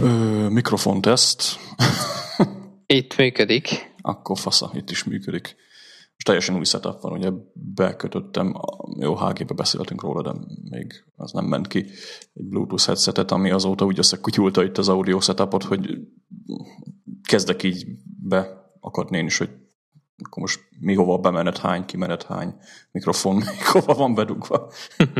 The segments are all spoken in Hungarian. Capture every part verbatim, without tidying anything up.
Ö, mikrofonteszt. Itt működik. Akkor fasza, itt is működik. És teljesen új setup van, ugye bekötöttem, jó, há gé-be beszéltünk róla, de még az nem ment ki, egy Bluetooth headsetet, ami azóta úgy összekutyulta itt az audio setupot, hogy kezdek így beakadni én is, hogy akkor most mi hova bemenet hány, kimenet hány mikrofon, még hova van bedugva.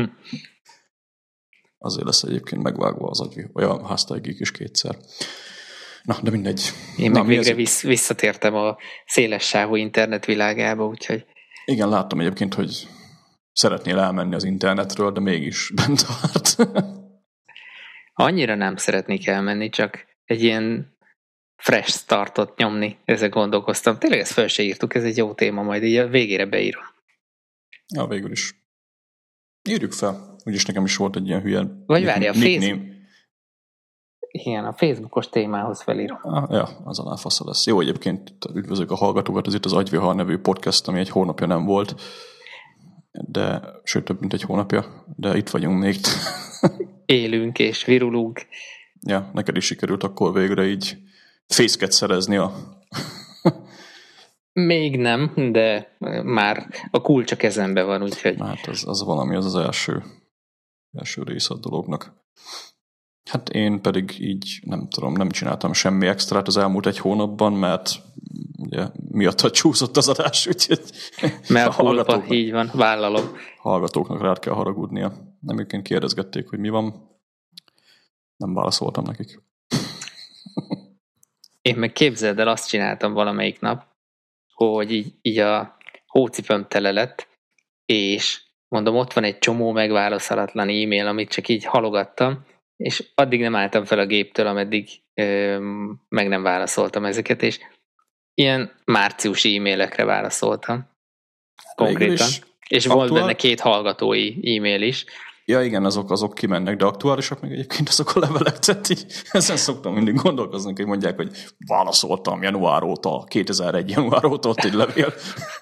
Azért lesz egyébként megvágva az agy, vagy a háztáigig is kétszer. Na, de mindegy. Én Na, meg végre vissz, visszatértem a széles sávú internet világába, úgyhogy... Igen, láttam egyébként, hogy szeretnél elmenni az internetről, de mégis bent tart. Annyira nem szeretnék elmenni, csak egy ilyen fresh startot nyomni, ezzel gondolkoztam. Tényleg ezt fel se írtuk, ez egy jó téma, majd így a végére beírom. Ja, végül is. Írjuk fel. Úgyis nekem is volt egy ilyen hülye... Vagy várja, a Facebook... Igen, a Facebookos témához felírom. Ah, ja, az alá fasza lesz. Jó, egyébként üdvözlök a hallgatókat, ez itt az Agyvihar nevű podcast, ami egy hónapja nem volt, de sőt, több mint egy hónapja, de itt vagyunk még. Élünk és virulunk. Ja, neked is sikerült akkor végre így fészket szerezni a... Még nem, de már a kulcs a kezembe van, úgyhogy... Hát az, az valami, az az első, első rész a dolognak. Hát én pedig így, nem tudom, nem csináltam semmi extrát az elmúlt egy hónapban, mert ugye miatt csúszott az adás, úgyhogy... Mert a kulpa, így van, vállalom. Hallgatóknak rád kell haragudnia. Nem őként kérdezgették, hogy mi van. Nem válaszoltam nekik. Én meg képzeld el, azt csináltam valamelyik nap, hogy így, így a hócipőm tele lett, és mondom, ott van egy csomó megválaszolatlan e-mail, amit csak így halogattam, és addig nem álltam fel a géptől, ameddig ö, meg nem válaszoltam ezeket, és ilyen márciusi e-mailekre válaszoltam. Konkrétan. És aktuál... volt benne két hallgatói e-mail is. Ja igen, azok, azok kimennek, de aktuálisak még egyébként azok a levelek, tehát így ezen szoktam mindig gondolkozni, hogy mondják, hogy válaszoltam január óta, kétezer-egy január óta ott egy levél.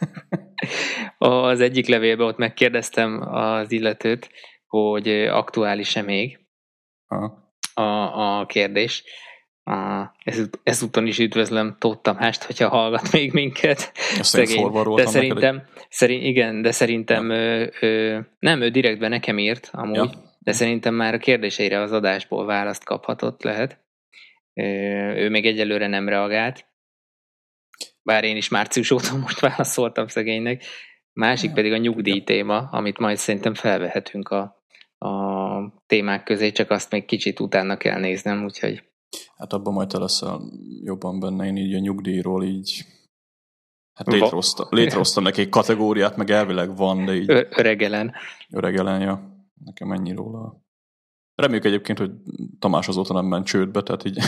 Az egyik levélben ott megkérdeztem az illetőt, hogy aktuális-e még a, a kérdés. A, ez, ezúton is üdvözlöm Tóth Tamást, hogyha hallgat még minket. Szegény. De szerintem, szerint, igen, de szerintem ja. ő, ő, nem, ő direktben nekem írt amúgy, ja. De szerintem már a kérdéseire az adásból választ kaphatott lehet. Ő még egyelőre nem reagált. Bár én is március óta most válaszoltam szegénynek. Másik ja. pedig a nyugdíj téma, amit majd szerintem felvehetünk a a témák közé, csak azt még kicsit utána kell néznem, úgyhogy... Hát abban majd te leszel jobban benne, én így a nyugdíjról így... Hát létrehoztam, létrehoztam neki egy kategóriát, meg elvileg van, de így... Ö- öregelen. Öregelen, ja. Nekem ennyi róla. Reméljük egyébként, hogy Tamás azóta nem ment csődbe, tehát így...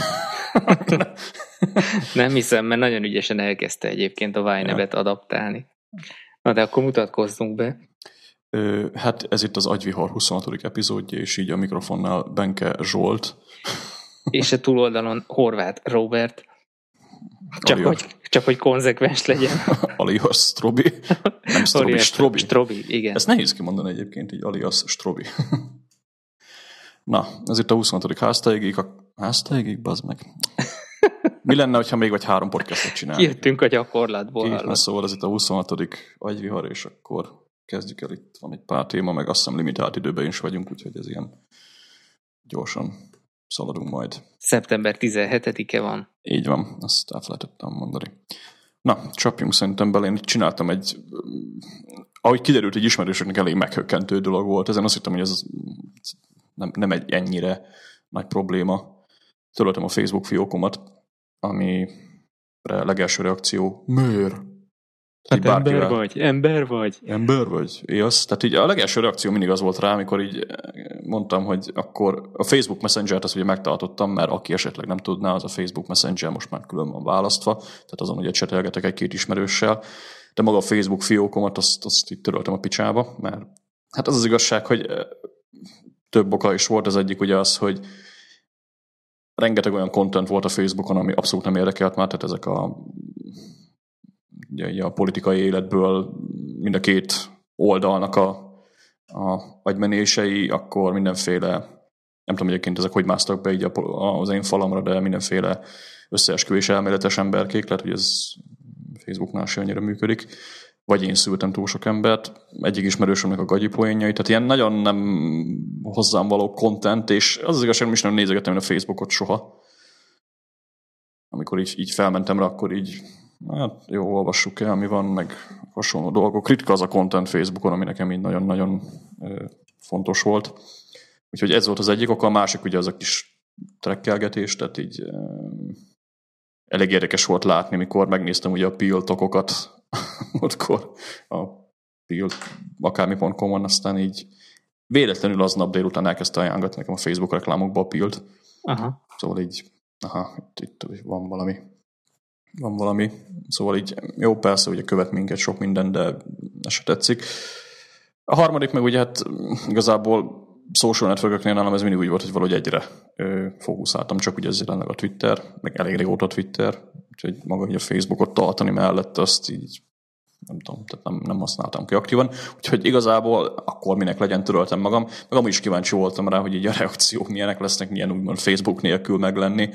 Nem hiszem, mert nagyon ügyesen elkezdte egyébként a Vájnevet ja. adaptálni. Na de akkor mutatkozzunk be. Hát ez itt az Agyvihar huszonhatodik epizódja, és így a mikrofonnál Benke Zsolt. És a túloldalon Horváth Róbert. Csak hogy, csak hogy konzekvens legyen. Alias Strobi. Nem Strobi, Strobi. Strobi, igen. Ezt nehéz kimondani egyébként, így alias Strobi. Na, ez itt a huszonhatodik háztáigig. A háztáigig, bazd meg. Mi lenne, ha még vagy három podcastot csinálni? Kijöttünk a gyakorlatból. Két, szóval ez itt a huszonhatodik Agyvihar, és akkor kezdjük el, itt van egy pár téma, meg azt hiszem limitált időben is vagyunk, úgyhogy ez ilyen gyorsan szaladunk majd. szeptember tizenhetedike van. Így van, azt elfelejtettem mondani. Na, csapjunk szerintem bele, én itt csináltam egy, ahogy kiderült, egy ismerősöknek elég meghökkentő dolog volt, ezen azt hittem, hogy ez nem, nem egy ennyire nagy probléma. Töröltem a Facebook fiókomat, amire legelső reakció, miért? Hát ember vagy, ember vagy. Ember vagy, igaz? Tehát így a legelső reakció mindig az volt rá, amikor így mondtam, hogy akkor a Facebook Messenger-t azt ugye megtartottam, mert aki esetleg nem tudná, az a Facebook Messenger most már külön van választva, tehát azon ugye csetelgetek egy-két ismerőssel, de maga a Facebook fiókomat azt, azt így töröltem a picsába, mert hát az az igazság, hogy több oka is volt, az egyik ugye az, hogy rengeteg olyan content volt a Facebookon, ami abszolút nem érdekelt már, tehát ezek a ugye a politikai életből mind a két oldalnak a, a agymenései, akkor mindenféle Nem tudom egyébként ezek hogy másztak be így az én falamra, de mindenféle összeesküvés elméletes emberkék, lehet, hogy ez Facebooknál se annyira működik. Vagy én szültem túl sok embert, egyik ismerősömnek a gagyi poénjai, tehát ilyen nagyon nem hozzám való content, és az az igazság, nem is nem nézegettem a Facebookot soha. Amikor így, így felmentem rá, akkor így, hát jó, olvassuk el, mi van, meg hasonló dolgok. Ritka az a content Facebookon, ami nekem így nagyon-nagyon fontos volt. Úgyhogy ez volt az egyik oka, a másik ugye az a kis trekkelgetés, tehát így elég érdekes volt látni, mikor megnéztem ugye a piltokokat, akkor a pil akármi pont com-on, aztán így véletlenül aznap délután elkezdte ajánlgatni nekem a Facebook reklámokba a pilt. Aha. Szóval így, aha, itt, itt van valami. Van valami. Szóval így, jó, persze, ugye követ minket sok minden, de ez se tetszik. A harmadik meg ugye hát igazából social networköknél nálam ez mindig úgy volt, hogy valahogy egyre ö, fókuszáltam, csak ugye ez jelenleg a Twitter, meg elég régóta Twitter, úgyhogy maga hogy a Facebookot tartani mellett azt így nem tudom, tehát nem, nem használtam ki aktívan, úgyhogy igazából akkor minek legyen töröltem magam, meg amúgy is kíváncsi voltam rá, hogy így a reakciók milyenek lesznek, milyen úgymond Facebook nélkül meglenni,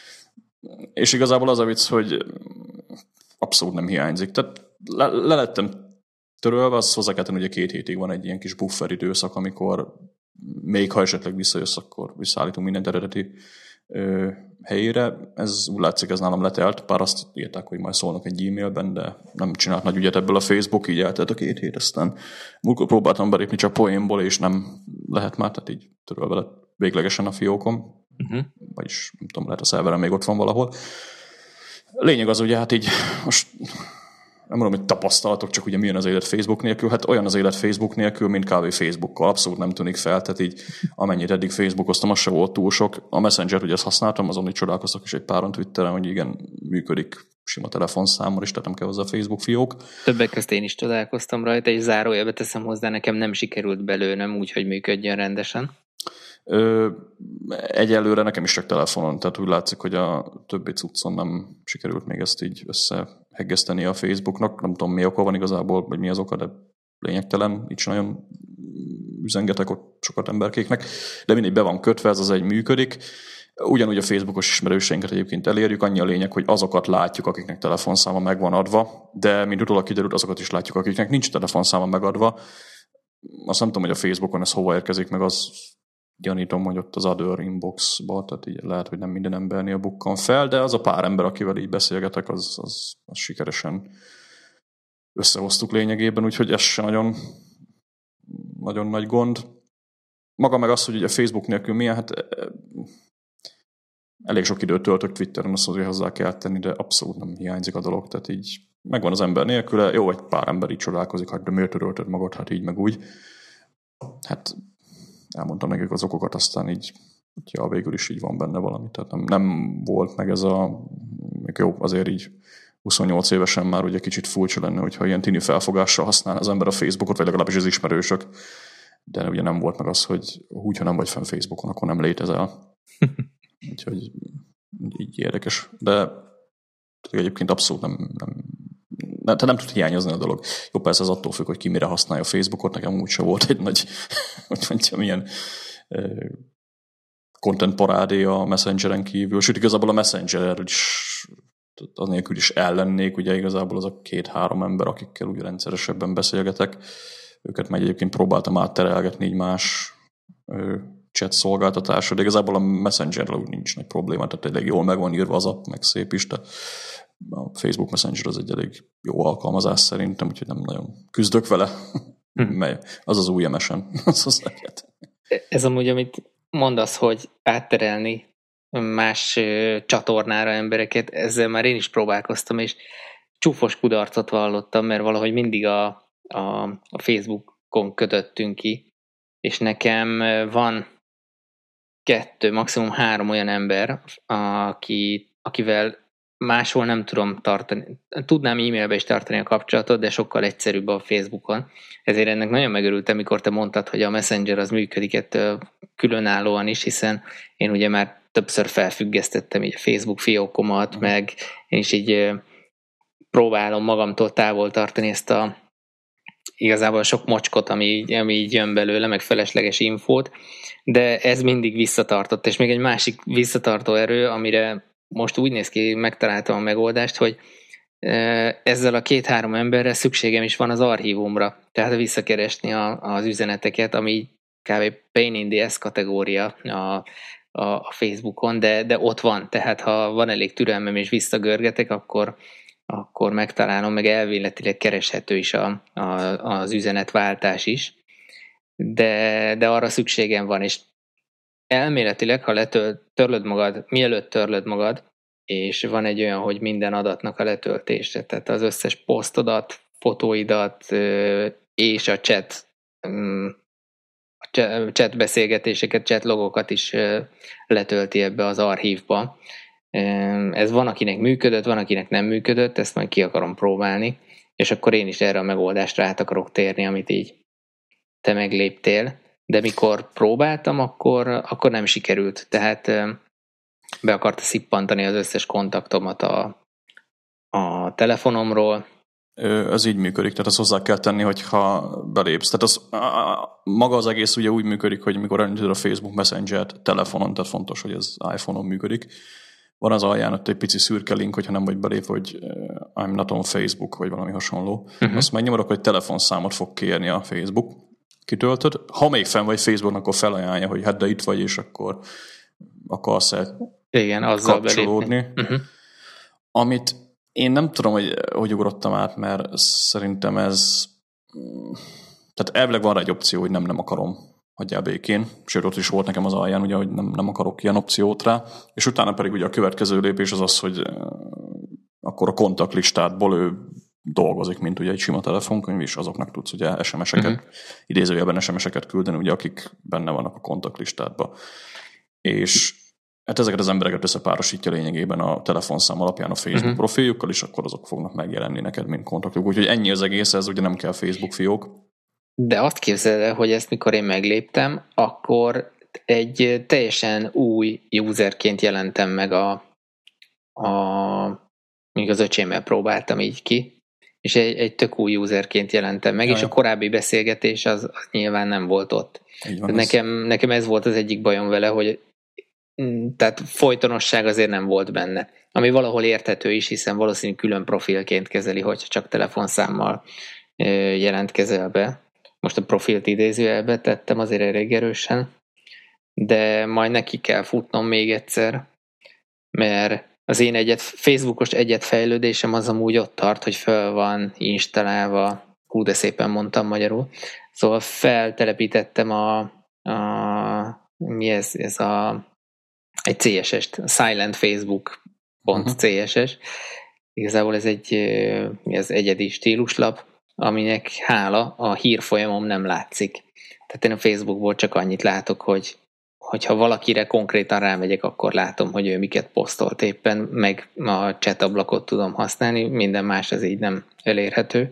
és igazából az a vicc, hogy abszolút nem hiányzik, tehát le, le lettem törölve, az hozzá kell tenni, hogy két hétig van egy ilyen kis buffer időszak, amikor még ha esetleg visszajössz, akkor visszaállítunk mindent eredeti ö, helyére. Ez úgy látszik, ez nálam letelt, bár azt írták, hogy majd szólnak egy e-mailben, de nem csinált nagy ügyet ebből a Facebook, így eltelt a két hét, aztán múltkor próbáltam belépni csak poénból, és nem lehet már, tehát így törölve lett véglegesen a fiókom, uh-huh. Vagyis nem tudom, lehet a szerverem még ott van valahol. Lényeg az ugye, hát így most nem mondom, hogy tapasztalatok, csak ugye milyen az élet Facebook nélkül, hát olyan az élet Facebook nélkül, mint kávé Facebookkal, abszolút nem tűnik fel, tehát így amennyit eddig Facebookoztam, az se volt túl sok. A Messenger, ugye ezt használtam, azon így csodálkoztak is egy páron Twitteren, hogy igen, működik sima telefonszámmal is, tehát nem kell hozzá a Facebook fiók. Többek közt én is csodálkoztam rajta, és zárójelbe teszem hozzá, nekem nem sikerült belőlem úgy, hogy működjön rendesen. Ö, egyelőre nekem is csak telefonon, tehát úgy látszik, hogy a többi cuccon nem sikerült még ezt így összeheggeszteni a Facebooknak. Nem tudom, mi oka van igazából, vagy mi az oka, de lényegtelen. Így sem nagyon üzengetek ott sokat emberkéknek, de mindig be van kötve, ez az egy működik. Ugyanúgy a Facebookos ismerőseinket egyébként elérjük, annyi a lényeg, hogy azokat látjuk, akiknek telefonszáma meg van adva, de mint utólag kiderült, azokat is látjuk, akiknek nincs telefonszáma megadva. Azt nem tudom, hogy a Facebookon ez hova érkezik, meg az gyanítom, hogy ott az other inboxba, tehát így lehet, hogy nem minden embernél bukkan fel, de az a pár ember, akivel így beszélgetek, az, az, az sikeresen összehoztuk lényegében, úgyhogy ez se nagyon, nagyon nagy gond. Maga meg az, hogy ugye a Facebook nélkül milyen, hát elég sok időt töltök Twitteren, azt azért hozzá kell tenni, de abszolút nem hiányzik a dolog, tehát így megvan az ember nélküle, jó, egy pár ember így csodálkozik, hát de miért törölted magad, hát így meg úgy. Hát elmondtam nekik az okokat, aztán így, ja, végül is így van benne valami. Tehát nem, nem volt meg ez a, jó, azért így huszonnyolc évesen már ugye kicsit furcsa lenne, hogyha ilyen tini felfogással használ az ember a Facebookot, vagy legalábbis az ismerősök. De ugye nem volt meg az, hogy úgy, ha nem vagy fenn Facebookon, akkor nem létezel. Úgyhogy így érdekes. De egyébként abszolút nem, nem, nem, nem tud hiányozni a dolog. Jó, persze ez attól függ, hogy ki mire használja a Facebookot, nekem úgyse volt egy nagy, hogy mondjam, ilyen eh, content parádé a Messengeren kívül. Sőt, igazából a Messengerről is, az nélkül is ellennék, ugye igazából az a két-három ember, akikkel úgy rendszeresebben beszélgetek. Őket meg egyébként próbáltam átterelgetni így más eh, chat szolgáltatásra, de igazából a Messengerrel úgy nincs nagy probléma, tehát elég jól meg van írva az app, meg szép is, de a Facebook Messenger az egy elég jó alkalmazás szerintem, úgyhogy nem nagyon küzdök vele, hm. az az új em es-en. Ez amúgy, amit mondasz, hogy átterelni más csatornára embereket, ezzel már én is próbálkoztam, és csúfos kudarcot vallottam, mert valahogy mindig a, a, a Facebookon kötöttünk ki, és nekem van kettő, maximum három olyan ember, aki, akivel máshol nem tudom tartani. Tudnám e-mailbe is tartani a kapcsolatot, de sokkal egyszerűbb a Facebookon. Ezért ennek nagyon megörültem, mikor te mondtad, hogy a Messenger az működik ettől különállóan is, hiszen én ugye már többször felfüggesztettem így a Facebook fiókomat, mm. meg én is így próbálom magamtól távol tartani ezt a igazából sok mocskot, ami, ami így jön belőle, meg felesleges infót, de ez mindig visszatartott, és még egy másik visszatartó erő, amire most úgy néz ki, megtaláltam a megoldást, hogy ezzel a két-három emberrel szükségem is van az archívumra, tehát visszakeresni a, az üzeneteket, ami kb. Pain in the ass kategória a, a, a Facebookon, de, de ott van, tehát ha van elég türelmem és visszagörgetek, akkor, akkor megtalálom, meg elvéletileg kereshető is a, a, az üzenetváltás is, de, de arra szükségem van, és elméletileg, ha letöl, törlöd magad, mielőtt törlöd magad, és van egy olyan, hogy minden adatnak a letöltése, tehát az összes posztodat, fotóidat és a chat, a chat beszélgetéseket, chat logokat is letölti ebbe az archívba. Ez van, akinek működött, van, akinek nem működött, ezt majd ki akarom próbálni, és akkor én is erre a megoldásra át akarok térni, amit így te megléptél, de mikor próbáltam, akkor, akkor nem sikerült, tehát be akarta szippantani az összes kontaktomat a, a telefonomról. Ez így működik, tehát azt hozzá kell tenni, hogyha belépsz. Tehát az, maga az egész ugye úgy működik, hogy mikor elindítod a Facebook Messenger-t telefonon, tehát fontos, hogy ez iPhone-on működik. Van az alján ott egy pici szürke link, hogyha nem vagy belépve, hogy I'm not on Facebook, vagy valami hasonló. Uh-huh. Azt megnyomod, hogy telefonszámot fog kérni a Facebook. Kitöltöd. Ha még fenn vagy Facebooknak, akkor felajánlja, hogy hát de itt vagy, és akkor akarsz-e igen, azzal kapcsolódni. Uh-huh. Amit én nem tudom, hogy, hogy ugrottam át, mert szerintem ez... Tehát elvileg van rá egy opció, hogy nem, nem akarom, hagyjál békén. Sőt, ott is volt nekem az alján, ugye, hogy nem, nem akarok ilyen opciót rá. És utána pedig ugye a következő lépés az az, hogy akkor a kontaktlistádból ő dolgozik, mint ugye egy sima telefonkönyv is, azoknak tudsz ugye es em es-eket, uh-huh. idézőjelben es em es-eket küldeni, ugye, akik benne vannak a kontaktlistádban. És hát ezeket az embereket összepárosítja lényegében a telefonszám alapján a Facebook uh-huh. profiljukkal, és akkor azok fognak megjelenni neked, mint kontaktok. Úgyhogy ennyi az egész, ez ugye nem kell Facebook fiók. De azt képzeld el, hogy ezt mikor én megléptem, akkor egy teljesen új userként jelentem meg a, a még az öcsémmel próbáltam így ki, és egy, egy tök új userként jelentem meg, ja, és ja. a korábbi beszélgetés az, az nyilván nem volt ott. Nekem, nekem ez volt az egyik bajom vele, hogy tehát folytonosság azért nem volt benne. Ami valahol érthető is, hiszen valószínű külön profilként kezeli, hogyha csak telefonszámmal jelentkezel be. Most a profilt idézőjelbe tettem azért elég erősen, de majd neki kell futnom még egyszer, mert az én egyet, Facebookos egyetfejlődésem az amúgy ott tart, hogy föl van installálva, hú, de szépen mondtam magyarul, szóval feltelepítettem a, a mi ez, ez a egy cé es es-t, silent facebook pont cé es es. Igazából ez egy ez egyedi stíluslap, aminek hála a hírfolyamom nem látszik. Tehát én a Facebookból csak annyit látok, hogy hogyha valakire konkrétan rámegyek, akkor látom, hogy ő miket posztolt éppen, meg a chat ablakot tudom használni, minden más az így nem elérhető.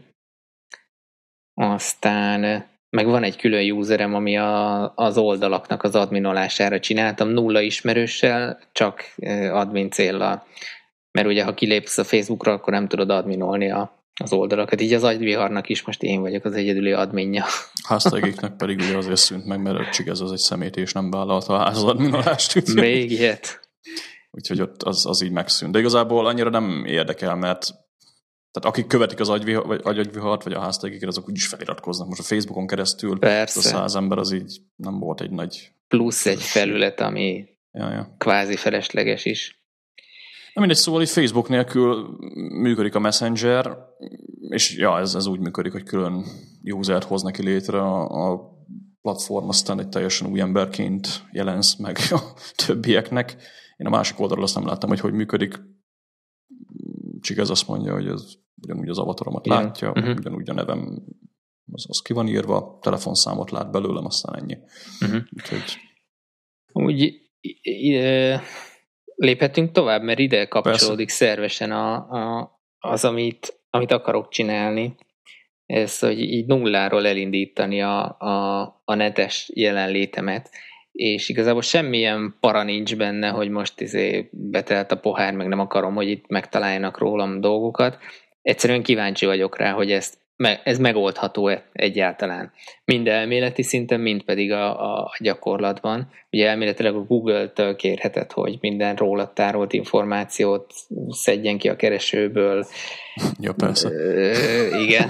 Aztán meg van egy külön userem, ami a, az oldalaknak az adminolására csináltam, nulla ismerőssel, csak admin céllal. Mert ugye, ha kilépsz a Facebookra, akkor nem tudod adminolni a, az oldalakat. Így az agyviharnak is most én vagyok az egyedüli adminja. Háztegéknek pedig ugye azért szűnt meg, mert öcsig ez az egy szemét, és nem vállalta a ház adminolást. Még ilyet. Úgyhogy ott az, az így megszűnt. De igazából annyira nem érdekel, mert tehát akik követik az agyvihart, vagy a háztegéket, azok úgyis feliratkoznak. Most a Facebookon keresztül persze. A száz ember az így nem volt egy nagy... Plusz egy felület, ami ja, ja. kvázi felesleges is. Na mindegy, szóval itt Facebook nélkül működik a Messenger, és ja, ez, ez úgy működik, hogy külön usert hoz neki létre a, a platform, aztán egy teljesen új emberként jelensz meg a többieknek. Én a másik oldalról azt nem láttam, hogy hogy működik. Csak ez azt mondja, hogy ez ugyanúgy az avatoromat igen. látja, uh-huh. ugyanúgy a nevem az, az ki van írva, telefonszámot lát belőlem, aztán ennyi. Uh-huh. Úgyhogy... Úgy ide léphetünk tovább, mert ide kapcsolódik persze. szervesen a, a, az, amit, amit akarok csinálni. Ez, hogy így nulláról elindítani a, a, a netes jelenlétemet, és igazából semmilyen para nincs benne, hogy most izé betelt a pohár, meg nem akarom, hogy itt megtaláljanak rólam dolgokat. Egyszerűen kíváncsi vagyok rá, hogy ezt ez megoldható egyáltalán. Mind elméleti szinten, mind pedig a, a gyakorlatban. Ugye elméletileg a Google-től kérheted, hogy minden rólad tárolt információt szedjen ki a keresőből. Ja, persze. Ö, igen.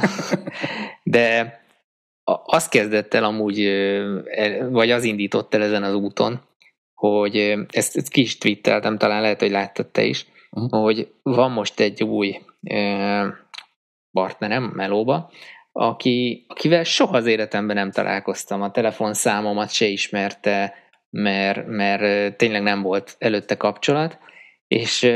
De azt kezdett el amúgy, vagy az indított el ezen az úton, hogy ezt, ezt ki is twitteltem, talán lehet, hogy láttad te is, uh-huh. hogy van most egy új partnerem Melóba, aki, akivel soha az életemben nem találkoztam, a telefonszámomat se ismerte, mert, mert tényleg nem volt előtte kapcsolat, és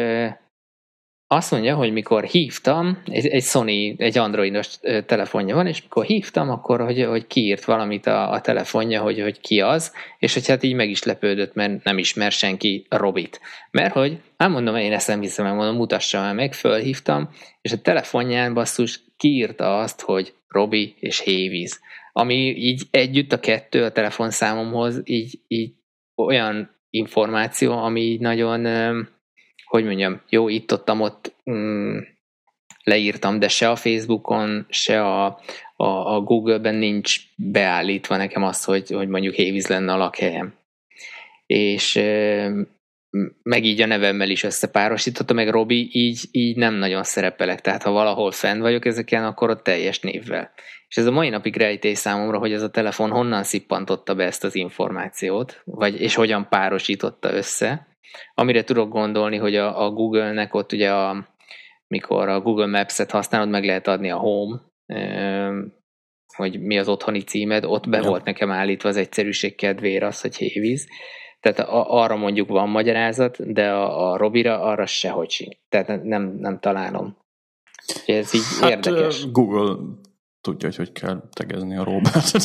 azt mondja, hogy mikor hívtam, egy, egy Sony, egy androidos telefonja van, és mikor hívtam, akkor hogy, hogy kiírt valamit a, a telefonja, hogy, hogy ki az, és hogy hát így meg is lepődött, mert nem ismer senki Robit. Mert hogy, hát mondom, én ezt nem hiszem, mondom, mutassam el meg, fölhívtam, és a telefonján basszus kiírta azt, hogy Robi és Hévíz. Ami így együtt a kettő a telefonszámomhoz, így, így olyan információ, ami így nagyon... hogy mondjam, jó, itt-ottam ott mm, leírtam, de se a Facebookon, se a, a, a Google-ben nincs beállítva nekem az, hogy, hogy mondjuk Hévíz lenne a lakhelyem. És e, meg így a nevemmel is összepárosítottam, meg Robi, így, így nem nagyon szerepelek, tehát ha valahol fenn vagyok ezeken, akkor ott teljes névvel. És ez a mai napig rejtély számomra, hogy ez a telefon honnan szippantotta be ezt az információt, vagy, és hogyan párosította össze. Amire tudok gondolni, hogy a, a Google-nek ott ugye, a, mikor a Google Maps-et használod, meg lehet adni a Home, hogy mi az otthoni címed, ott be ja. volt nekem állítva az egyszerűség kedvére az, hogy Hévíz. Tehát a, arra mondjuk van magyarázat, de a, a Robira arra sehogy sincs. Tehát nem, nem találom. Ez így hát, érdekes. Google tudja, hogy hogy kell tegezni a Robertet.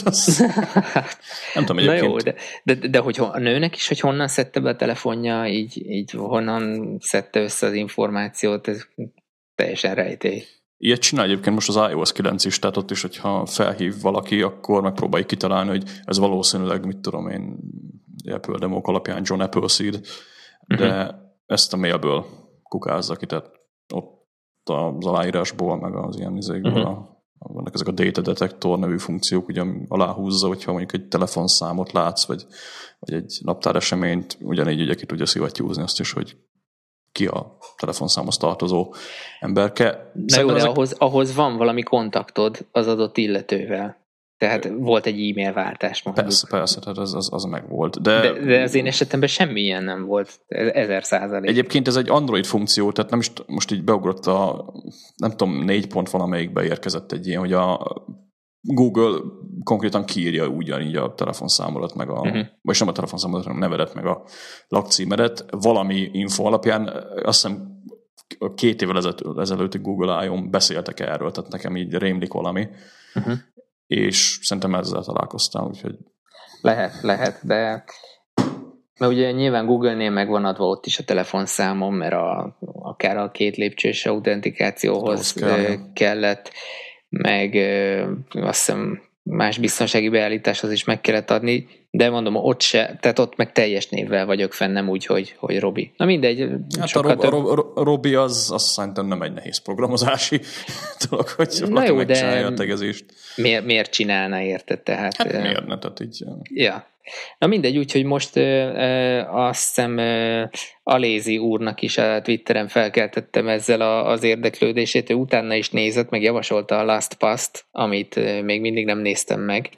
Nem tudom, egyébként. Na jó, de, de, de hogy a nőnek is, hogy honnan szedte be a telefonja, így, így honnan szedte össze az információt, ez teljesen rejtély. Ilyet csinál egyébként most az iOS kilenc is, tehát ott is, hogyha felhív valaki, akkor megpróbáljuk kitalálni, hogy ez valószínűleg, mit tudom én, Apple demók alapján John Appleseed, de uh-huh. ezt a mailből kukázza ki, tehát ott az aláírásból, meg az ilyen izékből uh-huh. a vannak ezek a data detector nevű funkciók, ugye aláhúzza, hogyha mondjuk egy telefonszámot látsz, vagy, vagy egy naptáreseményt, ugyanígy ugye ki tudja szivattyúzni azt is, hogy ki a telefonszámhoz tartozó emberke. Na jó, de ezek... ahhoz, ahhoz van valami kontaktod az adott illetővel. Tehát volt egy e-mail váltás mondjuk. Persze, persze, tehát az, az, az meg volt. De... De, de az én esetemben semmi ilyen nem volt. Ezer százalék. Egyébként ez egy Android funkció, tehát nem is most így beugrott a, nem tudom, négy pont valamelyikbe érkezett egy ilyen, hogy a Google konkrétan kiírja ugyanígy a telefonszámodat, meg a, uh-huh. vagy nem a telefonszámodat, hanem a nevedet, meg a lakcímedet. Valami info alapján, azt hiszem két évvel ezelőtti Google I O-n beszéltek erről, tehát nekem így rémlik valami. Uh-huh. És szerintem ezzel találkoztam, úgyhogy... Lehet, lehet, de mert ugye nyilván Google-nél megvan adva ott is a telefonszámom, mert a, akár a két lépcsős autentikációhoz kell, kellett, meg azt hiszem más biztonsági beállításhoz is meg kellett adni, de mondom, ott se, tehát ott meg teljes névvel vagyok fenn, nem úgy, hogy, hogy Robi. Na mindegy. Hát a, Rob, több... a Rob, Robi az, az szerintem nem egy nehéz programozási dolog, hogy valaki megcsinálja a tegezést. Miért, miért csinálna, érted? Tehát, hát miért ne, tehát így... Ja. Na mindegy, úgyhogy most ö, azt hiszem ö, Alézi úrnak is a Twitteren felkeltettem ezzel a, az érdeklődését, ő utána is nézett, meg javasolta a LastPass-t, amit ö, még mindig nem néztem meg,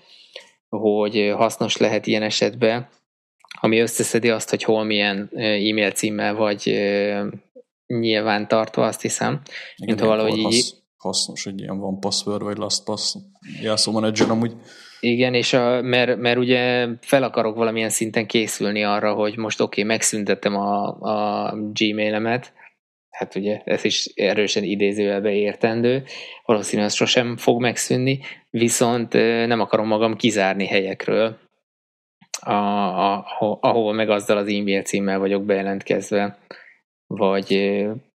hogy hasznos lehet ilyen esetben, ami összeszedi azt, hogy hol milyen e-mail címmel vagy ö, nyilván tartva, azt hiszem. Igen, mint valahogy így... hasznos, hogy ilyen van password vagy LastPass jelszó menedzser amúgy. Igen, és a, mert, mert ugye fel akarok valamilyen szinten készülni arra, hogy most oké, okay, megszüntettem a, a Gmailemet, hát ugye ez is erősen idézőjelbe értendő, valószínűleg az sosem fog megszűnni, viszont nem akarom magam kizárni helyekről, a, a, ahol meg azzal az e-mail címmel vagyok bejelentkezve, vagy,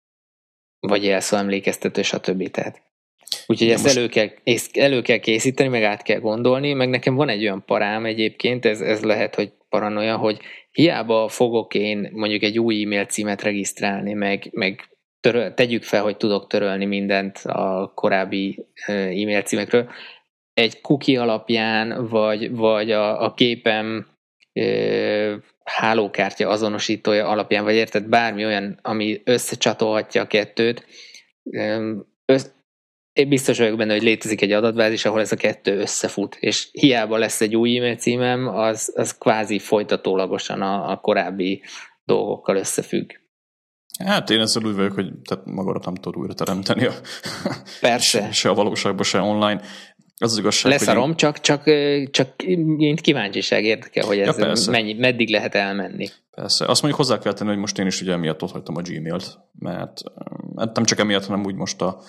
vagy jelszó emlékeztető, stb. Tehát. Úgyhogy ezt most... elő, kell, ezt elő kell készíteni, meg át kell gondolni, meg nekem van egy olyan parám egyébként, ez, ez lehet, hogy paranoia, hogy hiába fogok én mondjuk egy új e-mail címet regisztrálni, meg, meg töröl, tegyük fel, hogy tudok törölni mindent a korábbi e-mail címekről, egy cookie alapján, vagy, vagy a, a képem e, hálókártya azonosítója alapján, vagy érted, bármi olyan, ami összecsatolhatja a kettőt, össz, én biztos vagyok benne, hogy létezik egy adatbázis, ahol ez a kettő összefut, és hiába lesz egy új e-mail címem, az, az kvázi folytatólagosan a, a korábbi dolgokkal összefügg. Hát én ezzel úgy vagyok, hogy tehát magadat nem tudod újra teremteni a, persze. Se, se a valóságban, se online. Az az igazság, leszarom, én... csak, csak, csak mint kíváncsiság érdekel, hogy ez ja, mennyi, meddig lehet elmenni. Persze. Azt mondjuk hozzá kell tenni, hogy most én is ugye emiatt ott hagytam a Gmailt, mert hát nem csak emiatt, hanem úgy most a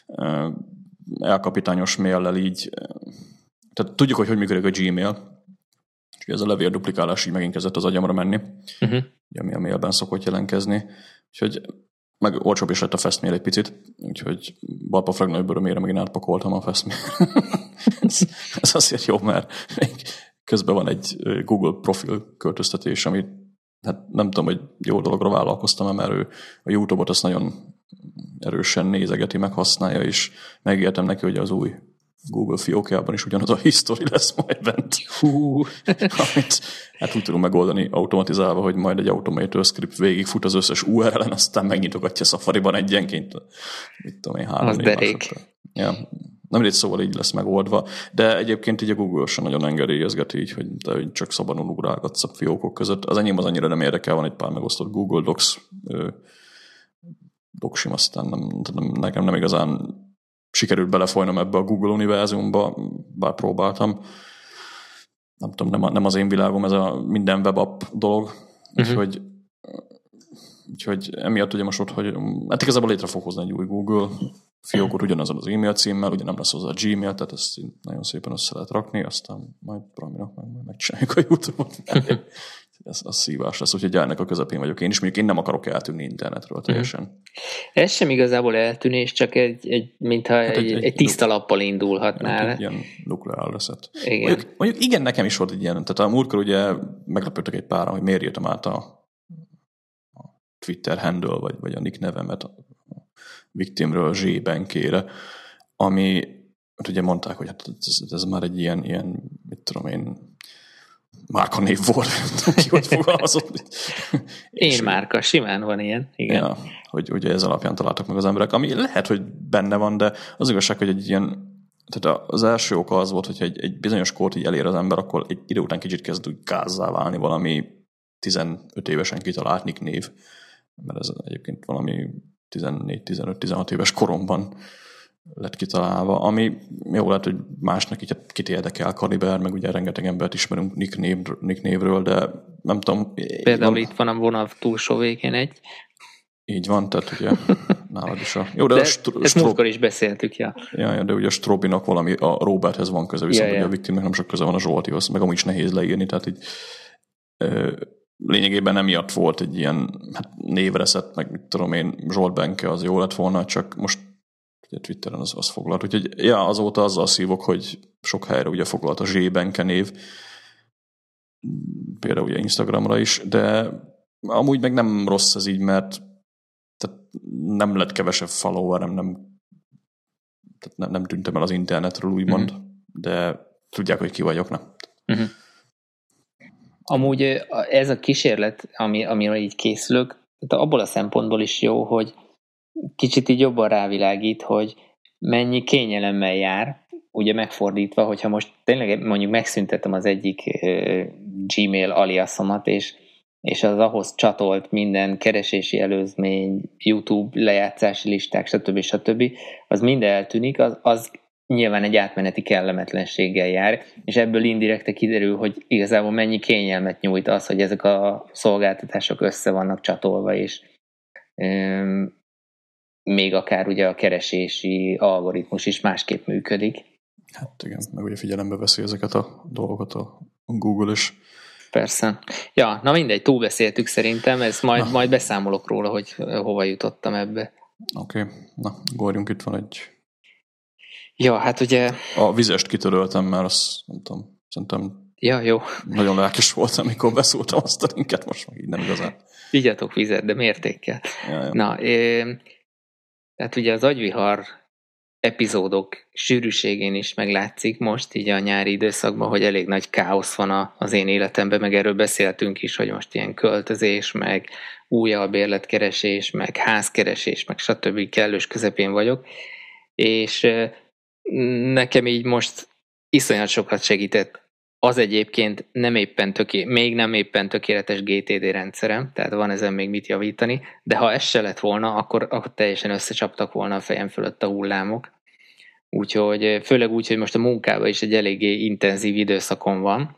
elkapitányos maillel így, tehát tudjuk, hogy hogy működik a Gmail, és ez a levél duplikálás így megint kezdett az agyamra menni, uh-huh. ami a mailben szokott jelentkezni, úgyhogy meg olcsóbb is lett a Fastmail egy picit, úgyhogy balpafrag nagy bőrömére megint átpakoltam a Fastmail. ez, ez azért jó, mert közben van egy Google profil költöztetés, ami hát nem tudom, hogy jó dologra vállalkoztam, mert ő a YouTube-ot azt nagyon erősen nézegeti, meg használja, és megértem neki, hogy az új Google fiókjában is ugyanaz a history lesz majd bent. Hú. Amit hát úgy tudom megoldani automatizálva, hogy majd egy automator script végigfut az összes u er el-en, aztán megnyitogatja Safari-ban egyenként. Mit tudom én, három négy ja. Nem így szóval így lesz megoldva, de egyébként így a Google sem nagyon engedélyezgeti így, hogy te hogy csak szabadon ugrálgatsz a fiókok között. Az enyém az annyira nem érdekel, van egy pár megosztott Google Docs doksim, aztán nem, nem, nekem nem igazán sikerült belefolynom ebbe a Google univerzumba, bár próbáltam. Nem tudom, nem, nem az én világom ez a minden webapp dolog. Uh-huh. Úgyhogy, úgyhogy emiatt ugye most ott, hogy hát igazából létre fog hozni egy új Google fiókot ugyanazon az e-mail címmel, ugye nem lesz hozzá a Gmail, tehát ezt nagyon szépen össze lehet rakni, aztán majd valaminak meg majd megcsináljuk a YouTube-ot. Ez a szívás lesz, úgyhogy ennek a közepén vagyok én is, mondjuk én nem akarok eltűnni internetről teljesen. Mm. Ez sem igazából eltűnés, csak egy, egy mintha hát egy, egy, egy tiszta nuk- lappal indulhatnál. Egy ilyen nukleál leszett. Igen. Mondjuk, mondjuk igen, nekem is volt egy ilyen, tehát a múltkor ugye meglepődtek egy páran, hogy miért írtam át a, a Twitter handle, vagy, vagy a nick nevemet a Victimről zsébenkére, ami hát ugye mondták, hogy hát ez, ez már egy ilyen, ilyen, mit tudom én, márkanév volt, ki hogy fogalmazott. Én márka, simán van ilyen, igen. Ja, hogy ugye ez alapján találtak meg az emberek, ami lehet, hogy benne van, de az igazság, hogy egy ilyen, tehát az első oka az volt, hogyha egy, egy bizonyos kort így elér az ember, akkor egy idő után kicsit kezd úgy gázzá válni valami tizenöt évesen kitalált nick név, mert ez egyébként valami tizennégy, tizenöt, tizenhat éves koromban lett kitalálva, ami jó lehet, hogy másnak így kit érdekel, Kaliber, meg ugye rengeteg embert ismerünk nick, név, nick névről, de nem tudom. Például van, itt van a vonal túlsó végén egy. Így van, tehát ugye nálad is a... Jó, de, de a stro- ezt múltkor is beszéltük, ja. Ja, ja, de ugye a Strobinak valami, a Roberthez van köze, viszont ja, ugye ja. a Victimnek nem sok köze van a Zsoltihoz, meg amúgy is nehéz leírni, tehát így ö, lényegében emiatt volt egy ilyen hát, névreszett, meg mit tudom én, Zsolt Benke az jó lett volna, csak most ugye Twitteren az, az foglalt. Úgyhogy ja, azóta azzal szívok, hogy sok helyre ugye foglalt a Zsébenke név, például ugye Instagramra is, de amúgy meg nem rossz ez így, mert tehát nem lett kevesebb followerem, nem, tehát nem, nem tűntem el az internetről, úgymond, uh-huh. de tudják, hogy ki vagyok, nem? Uh-huh. Amúgy ez a kísérlet, ami, amire így készülök, tehát abból a szempontból is jó, hogy kicsit így jobban rávilágít, hogy mennyi kényelemmel jár, ugye megfordítva, hogyha most tényleg mondjuk megszüntetem az egyik uh, Gmail aliasomat, és, és az ahhoz csatolt minden keresési előzmény, YouTube lejátszási listák, stb. stb. Az mind eltűnik, az, az nyilván egy átmeneti kellemetlenséggel jár, és ebből indirekte kiderül, hogy igazából mennyi kényelmet nyújt az, hogy ezek a szolgáltatások össze vannak csatolva, és um, még akár ugye a keresési algoritmus is másképp működik. Hát igen, meg ugye figyelembe veszi ezeket a dolgokat a Google is. Persze. Ja, na mindegy, túlbeszéltük szerintem, ez majd, majd beszámolok róla, hogy hova jutottam ebbe. Oké, okay. Na, gorjunk, itt van egy... Ja, hát ugye... A vizest kitöröltem, mert azt nem tudom, szerintem ja, jó. Nagyon lelkes voltam, amikor beszóltam azt a linket, most meg így nem igazán. Vigyatok vizet, de mértékkel. Ja, ja. Na, é, Tehát ugye az agyvihar epizódok sűrűségén is meglátszik most így a nyári időszakban, hogy elég nagy káosz van az én életemben, meg erről beszéltünk is, hogy most ilyen költözés, meg új albérletkeresés, meg házkeresés, meg stb. Kellős közepén vagyok, és nekem így most iszonyat sokat segített az egyébként nem éppen töké, még nem éppen tökéletes gé té dé rendszerem, tehát van ezen még mit javítani, de ha ez se lett volna, akkor, akkor teljesen összecsaptak volna a fejem fölött a hullámok. Úgyhogy főleg úgy, hogy most a munkában is egy eléggé intenzív időszakon van.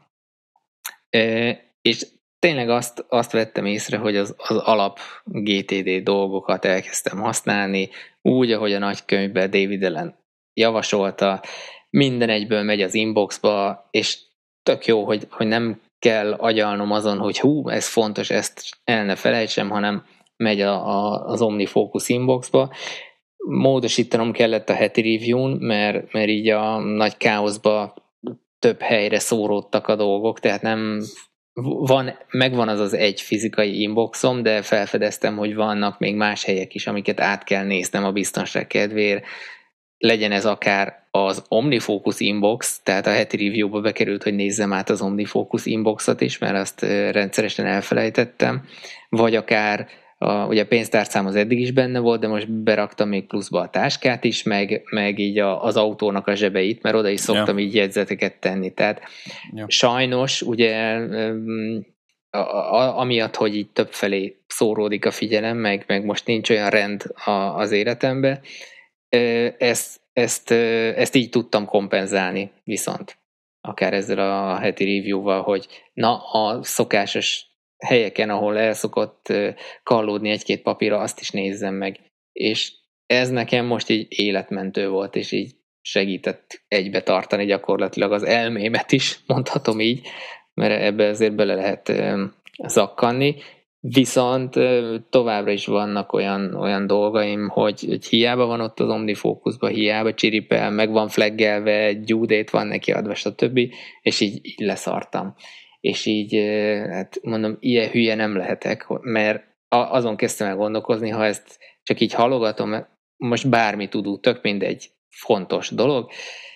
E, és tényleg azt, azt vettem észre, hogy az, az alap gé té dé dolgokat elkezdtem használni, úgy, ahogy a nagykönyvben David Allen javasolta, minden egyből megy az inboxba, és tök jó, hogy, hogy nem kell agyalnom azon, hogy hú, ez fontos, ezt el ne felejtsem, hanem megy a, a, az OmniFocus inboxba. Módosítanom kellett a heti review-n, mert, mert így a nagy káoszba több helyre szóródtak a dolgok, tehát nem van, megvan az az egy fizikai inboxom, de felfedeztem, hogy vannak még más helyek is, amiket át kell néznem a biztonság kedvéért. Legyen ez akár az OmniFocus inbox, tehát a heti review-ba bekerült, hogy nézzem át az OmniFocus inboxot is, mert azt rendszeresen elfelejtettem, vagy akár a, ugye a pénztárcám az eddig is benne volt, de most beraktam még pluszba a táskát is, meg, meg így a, az autónak a zsebeit, mert oda is szoktam ja. így jegyzeteket tenni. Tehát ja. sajnos ugye a, a, amiatt, hogy így többfelé szóródik a figyelem, meg, meg most nincs olyan rend a, az életemben, ezt, ezt, ezt így tudtam kompenzálni viszont. Akár ezzel a heti review-val, hogy na a szokásos helyeken, ahol el szokott kallódni egy-két papírra, azt is nézzem meg. És ez nekem most így életmentő volt, és így segített egybe tartani gyakorlatilag az elmémet is, mondhatom így, mert ebbe azért bele lehet zakkanni. Viszont továbbra is vannak olyan, olyan dolgaim, hogy, hogy hiába van ott az OmniFocusban, hiába csiripel, meg van flaggelve, due date van neki adva, stb. És így, így leszartam. És így, hát mondom, ilyen hülye nem lehetek, mert azon kezdtem el gondolkozni, ha ezt csak így halogatom, most bármi tudó, tök mindegy fontos dolog,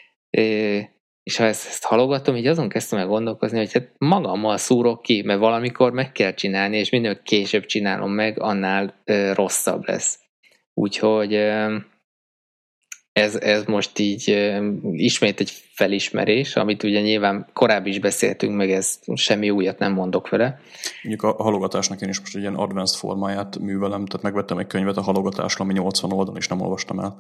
és ha ezt, ezt halogatom, így azon kezdtem el gondolkozni, hogy hát magammal szúrok ki, mert valamikor meg kell csinálni, és minél később csinálom meg, annál ö, rosszabb lesz. Úgyhogy ö, ez, ez most így ö, ismét egy felismerés, amit ugye nyilván korábban is beszéltünk, meg ez semmi újat nem mondok vele. Mondjuk a halogatásnak én is most egy ilyen advanced formáját művelem, tehát megvettem egy könyvet a halogatásra, ami nyolcvan oldal, és nem olvastam el.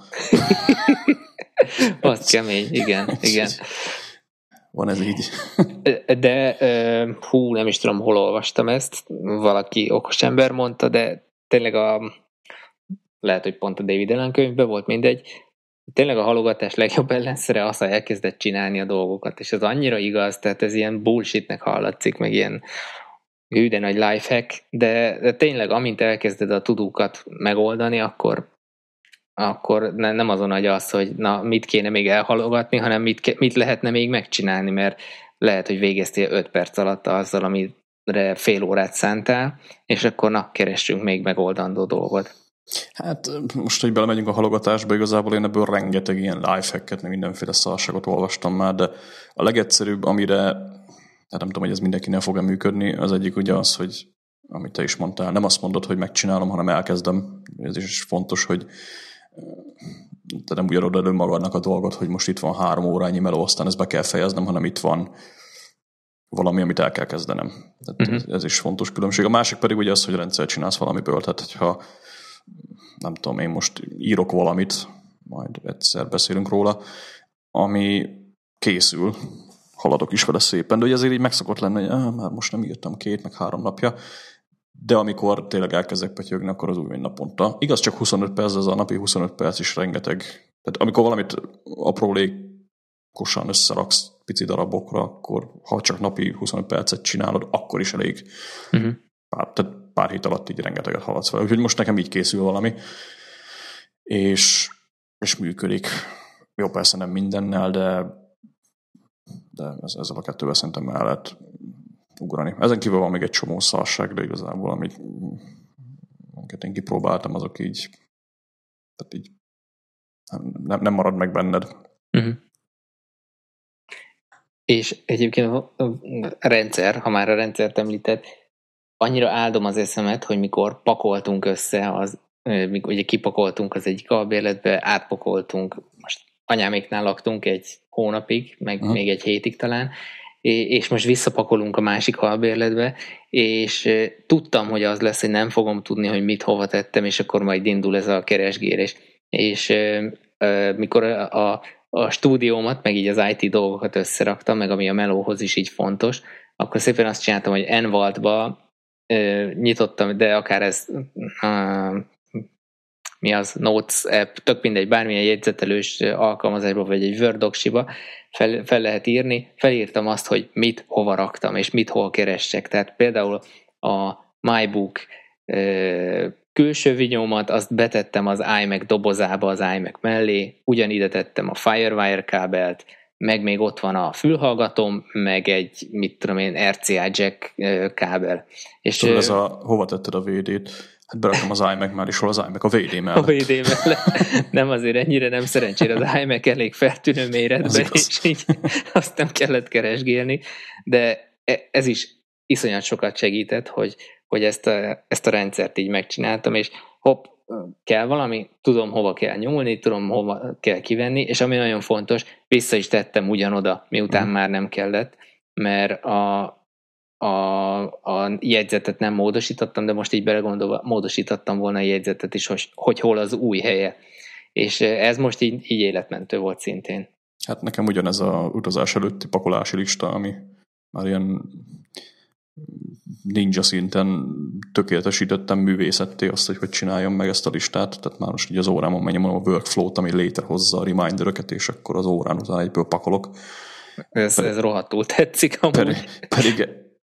Az kemény, igen, igen. Van ez így. De hú, nem is tudom, hol olvastam ezt, valaki okos ember mondta, de tényleg a, lehet, hogy pont a David Allen könyvben volt, mindegy, tényleg a halogatás legjobb ellenszere az, ha elkezdett csinálni a dolgokat, és ez annyira igaz, tehát ez ilyen bullshitnek hallatszik, meg ilyen hű, de nagy lifehack, de, de tényleg amint elkezded a tudókat megoldani, akkor akkor nem azon agy az, hogy na, mit kéne még elhalogatni, hanem mit, mit lehetne még megcsinálni, mert lehet, hogy végeztél öt perc alatt azzal, amire fél órát szántál, és akkor na, keressünk még megoldandó dolgot. Hát most, hogy belemegyünk a halogatásba, igazából én ebből rengeteg ilyen lifehacket, meg mindenféle szarságot olvastam már, de a legegyszerűbb, amire, hát nem tudom, hogy ez mindenkinek fog-e működni, az egyik ugye az, hogy amit te is mondtál, nem azt mondod, hogy megcsinálom, hanem elkezdem. Ez is fontos, hogy te nem úgy adod elő magadnak a dolgot, hogy most itt van három órányi meló, aztán ezt be kell fejeznem, hanem itt van valami, amit el kell kezdenem. Uh-huh. Ez, ez is fontos különbség. A másik pedig ugye az, hogy rendszer csinálsz valamiből. Tehát, hogyha nem tudom, én most írok valamit, majd egyszer beszélünk róla, ami készül, haladok is vele szépen, de ugye azért így megszokott lenni, hogy ah, már most nem írtam két, meg három napja, de amikor tényleg elkezdek petyögni, akkor az úgy, mint naponta. Igaz, csak huszonöt perc, ez a napi huszonöt perc is rengeteg. Tehát amikor valamit aprólékosan összeraksz pici darabokra, akkor ha csak napi huszonöt percet csinálod, akkor is elég. Uh-huh. Pár, tehát pár hét alatt így rengeteget haladsz vele. Úgyhogy most nekem így készül valami. És, és működik. Jó, persze nem mindennel, de, de ezzel a kettővel szerintem el lehet ugrani. Ezen kívül van még egy csomó szarság, de igazából, amit, amiket én kipróbáltam, azok így Tehát így nem, nem marad meg benned. Uh-huh. És egyébként a rendszer, ha már a rendszert említett, annyira áldom az eszemet, hogy mikor pakoltunk össze, az, mikor ugye kipakoltunk az egyik albérletbe, átpakoltunk, most anyáméknál laktunk egy hónapig, meg uh-huh. még egy hétig talán, és most visszapakolunk a másik albérletbe, és tudtam, hogy az lesz, hogy nem fogom tudni, hogy mit hova tettem, és akkor majd indul ez a keresgélés. És mikor a, a stúdiómat, meg így az i té dolgokat összeraktam, meg ami a melóhoz is így fontos, akkor szépen azt csináltam, hogy Envault-ba nyitottam, de akár ez uh, mi az, Notes app, tök mindegy, bármilyen jegyzetelős alkalmazásba, vagy egy Word doksiba fel, fel lehet írni, felírtam azt, hogy mit hova raktam, és mit hol keressek. Tehát például a MyBook uh, külső vinyómat, azt betettem az iMac dobozába az iMac mellé, ugyanide tettem a Firewire kábelt, meg még ott van a fülhallgatóm, meg egy, mit tudom én, er cé á jack kábel. És tudod, ez a, hova tetted a vé dét? Hát berakom az iMac már is, hol az iMac a vé dé mellett. A vé dé mellett. Nem, azért ennyire nem szerencsére, az iMac elég feltűnő méretben, és így azt nem kellett keresgélni, de ez is iszonyat sokat segített, hogy, hogy ezt, a, ezt a rendszert így megcsináltam, és hopp, kell valami, tudom hova kell nyúlni, tudom hova kell kivenni, és ami nagyon fontos, vissza is tettem ugyanoda, miután mm. már nem kellett, mert a, a, a jegyzetet nem módosítottam, de most így belegondolva módosítottam volna a jegyzetet is, hogy, hogy hol az új helye. És ez most így, így életmentő volt szintén. Hát nekem ugyanez a utazás előtti pakolási lista, ami már ilyen ninja szinten tökéletesítettem művészetté azt, hogy hogy csináljam meg ezt a listát, tehát már most így az órámon menjem a workflow-t, ami létrehozza a reminderöket, és akkor az órán után egyből pakolok. Ez, pedig, ez rohadtul tetszik amúgy. Pedig, pedig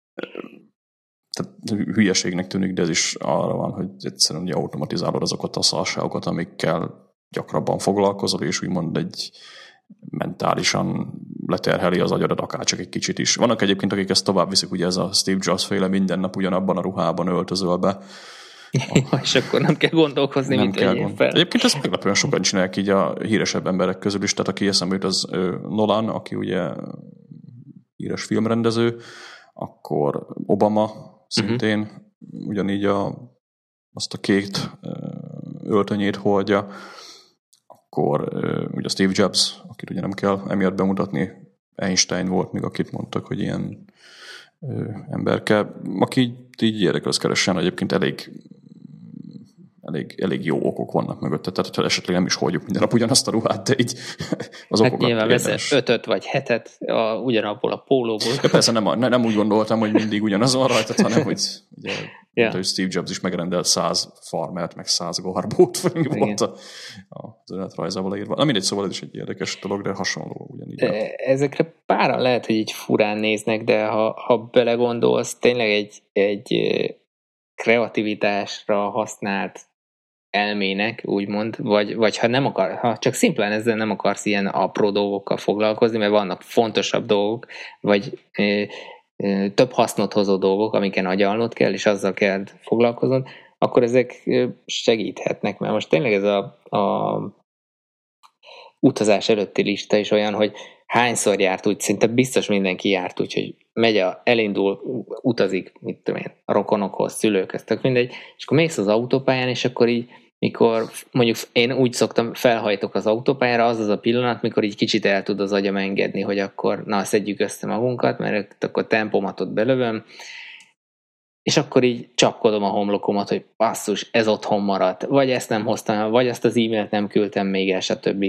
tehát hülyeségnek tűnik, de ez is arra van, hogy egyszerűen ugye automatizálod azokat a szarságokat, amikkel gyakrabban foglalkozol, és úgymond egy mentálisan leterheli az agyadat, akár csak egy kicsit is. Vannak egyébként, akik ezt tovább viszik, ugye ez a Steve Jobs féle minden nap ugyanabban a ruhában öltözöl be. A... és akkor nem kell gondolkozni, nem mit kell vegyél gond... fel. Egyébként ezt meglepően sokan csinálják így a híresebb emberek közül is, tehát aki eszembe jut, az Nolan, aki ugye híres filmrendező, akkor Obama szintén uh-huh. ugyanígy a, azt a két öltönyét hordja, akkor ugye a Steve Jobs, akit ugye nem kell emiatt bemutatni, Einstein volt még, akit mondtak, hogy ilyen ö, emberke, aki így érdekel, azt keressen, egyébként elég, elég, elég jó okok vannak mögötte, tehát ha esetleg nem is hordjuk minden nap ugyanazt a ruhát, de így az hát okokat nyilván veszel ötöt vagy hetet a, ugyanabból a pólóból. Ja, persze nem, nem úgy gondoltam, hogy mindig ugyanaz van rajta, hanem hogy, ugye, ja. mint, hogy Steve Jobs is megrendelt száz farmert, meg száz garbót, vagy volt a, az önéletrajzával írva. Na mindegy, szóval ez is egy érdekes dolog, de hasonló ugyanígy. De ezekre páran lehet, hogy így furán néznek, de ha, ha belegondolsz, tényleg egy, egy kreativitásra használt elmének, úgymond, vagy, vagy ha nem akar, ha csak szimplán ezzel nem akarsz ilyen apró dolgokkal foglalkozni, mert vannak fontosabb dolgok, vagy ö, ö, több hasznot hozó dolgok, amiken agyalnod kell, és azzal kell foglalkoznod, akkor ezek segíthetnek, mert most tényleg ez a, a utazás előtti lista is olyan, hogy hányszor járt úgy, szinte biztos mindenki járt úgy, hogy megy a, elindul, utazik, mit tudom én, a rokonokhoz, szülőkhez, tök mindegy, és akkor mész az autópályán, és akkor így, mikor mondjuk én úgy szoktam, felhajtok az autópályára, az az a pillanat, mikor így kicsit el tud az agyam engedni, hogy akkor na, szedjük össze magunkat, mert akkor tempomatot belövöm, és akkor így csapkodom a homlokomat, hogy basszus, ez otthon maradt, vagy ezt nem hoztam, vagy azt az e-mailt nem küldtem még el, stb.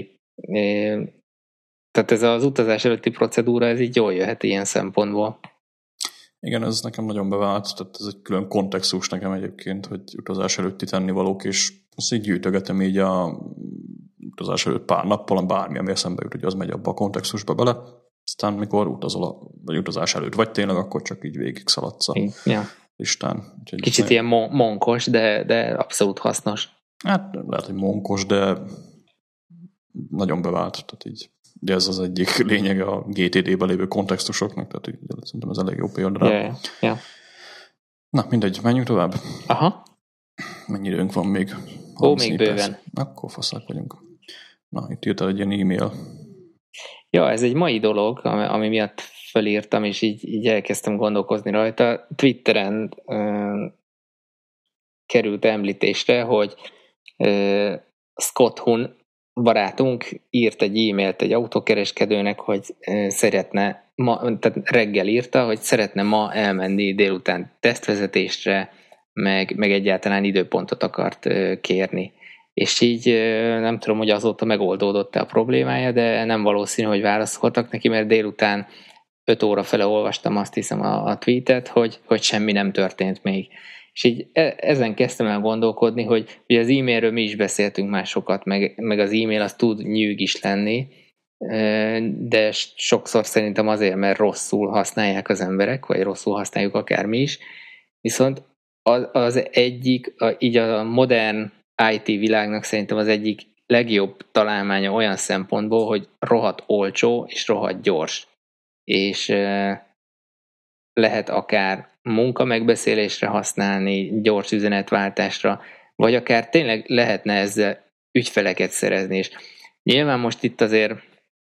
Tehát ez az utazás előtti procedúra, ez így jól jöhet ilyen szempontból. Igen, ez nekem nagyon bevált, tehát ez egy külön kontextus nekem egyébként, hogy utazás előtti tennivalók, és azt így gyűjtögetem így a utazás előtt pár nappal, bármi, ami eszembe jut, hogy az megy abba a kontextusba bele, aztán mikor utazol, vagy utazás előtt, vagy tényleg, akkor csak így végig szaladsz a ja. listán. Úgyhogy kicsit ilyen mon- monkos, de, de abszolút hasznos. Hát lehet, hogy monkos, de nagyon bevált, tehát így. De ez az egyik lényege a gé té dé-ben lévő kontextusoknak, tehát így, szerintem ez elég jó példa. Yeah, yeah. Na, mindegy, menjünk tovább. Aha. Mennyi időnk van még? Ó, még bőven. Akkor faszák vagyunk. Na, itt jött el egy ilyen e-mail. Ja, ez egy mai dolog, ami, ami miatt felírtam, és így, így elkezdtem gondolkozni rajta. Twitteren uh, került említésre, hogy uh, Scott Hun barátunk írt egy e-mailt egy autókereskedőnek, hogy uh, szeretne, ma, tehát reggel írta, hogy szeretne ma elmenni délután tesztvezetésre, meg, meg egyáltalán időpontot akart uh, kérni. És így nem tudom, hogy azóta megoldódott-e a problémája, de nem valószínű, hogy válaszoltak neki, mert délután öt óra fele olvastam azt hiszem a, a tweetet, hogy, hogy semmi nem történt még. És így e, ezen kezdtem el gondolkodni, hogy ugye az e-mailről mi is beszéltünk már sokat, meg, meg az e-mail az tud nyűg is lenni, de sokszor szerintem azért, mert rosszul használják az emberek, vagy rosszul használjuk akár mi is. Viszont az, az egyik, a, így a modern i té világnak szerintem az egyik legjobb találmánya olyan szempontból, hogy rohadt olcsó és rohadt gyors. És e, lehet akár munka megbeszélésre használni, gyors üzenetváltásra, vagy akár tényleg lehetne ezzel ügyfeleket szerezni. És nyilván most itt azért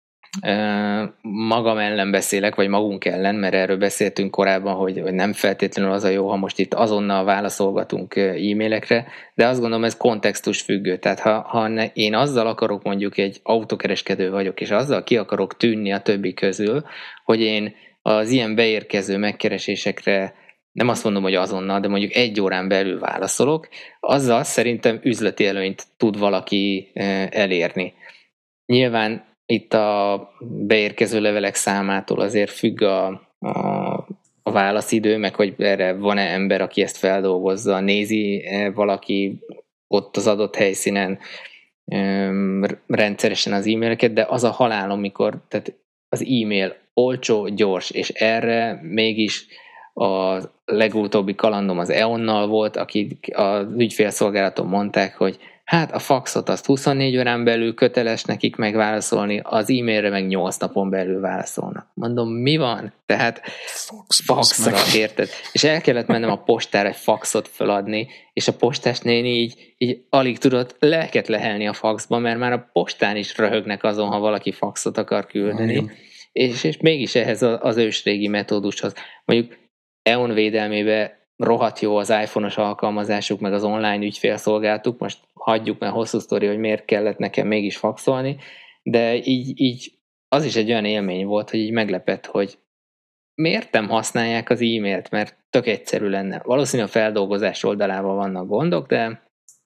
magam ellen beszélek, vagy magunk ellen, mert erről beszéltünk korábban, hogy, hogy nem feltétlenül az a jó, ha most itt azonnal válaszolgatunk e-mailekre, de azt gondolom, ez kontextus függő. Tehát ha, ha ne, én azzal akarok, mondjuk egy autókereskedő vagyok, és azzal ki akarok tűnni a többi közül, hogy én az ilyen beérkező megkeresésekre nem azt mondom, hogy azonnal, de mondjuk egy órán belül válaszolok, azzal szerintem üzleti előnyt tud valaki elérni. Nyilván itt a beérkező levelek számától azért függ a, a, a válaszidő, meg hogy erre van-e ember, aki ezt feldolgozza, nézi valaki ott az adott helyszínen öm, rendszeresen az e-maileket, de az a halálom, mikor tehát az e-mail olcsó, gyors, és erre mégis a legutóbbi kalandom az é o ennal volt, akik az ügyfélszolgálaton mondták, hogy hát a faxot azt huszonnégy órán belül köteles nekik megválaszolni, az e-mailre meg nyolc napon belül válaszolnak. Mondom, mi van? Tehát Fax, faxra, érted? És el kellett mennem a postára egy faxot feladni, és a postás néni így, így alig tudott lelket lehelni a faxba, mert már a postán is röhögnek azon, ha valaki faxot akar küldeni, és, és mégis ehhez az ősrégi metódushoz. Mondjuk é o en védelmében rohadt jó az iPhone-os alkalmazásuk, meg az online ügyfélszolgálatuk, most hagyjuk, mert hosszú sztori, hogy miért kellett nekem mégis faxolni, de így, így az is egy olyan élmény volt, hogy így meglepett, hogy miért nem használják az e-mailt, mert tök egyszerű lenne. Valószínűleg a feldolgozás oldalában vannak gondok, de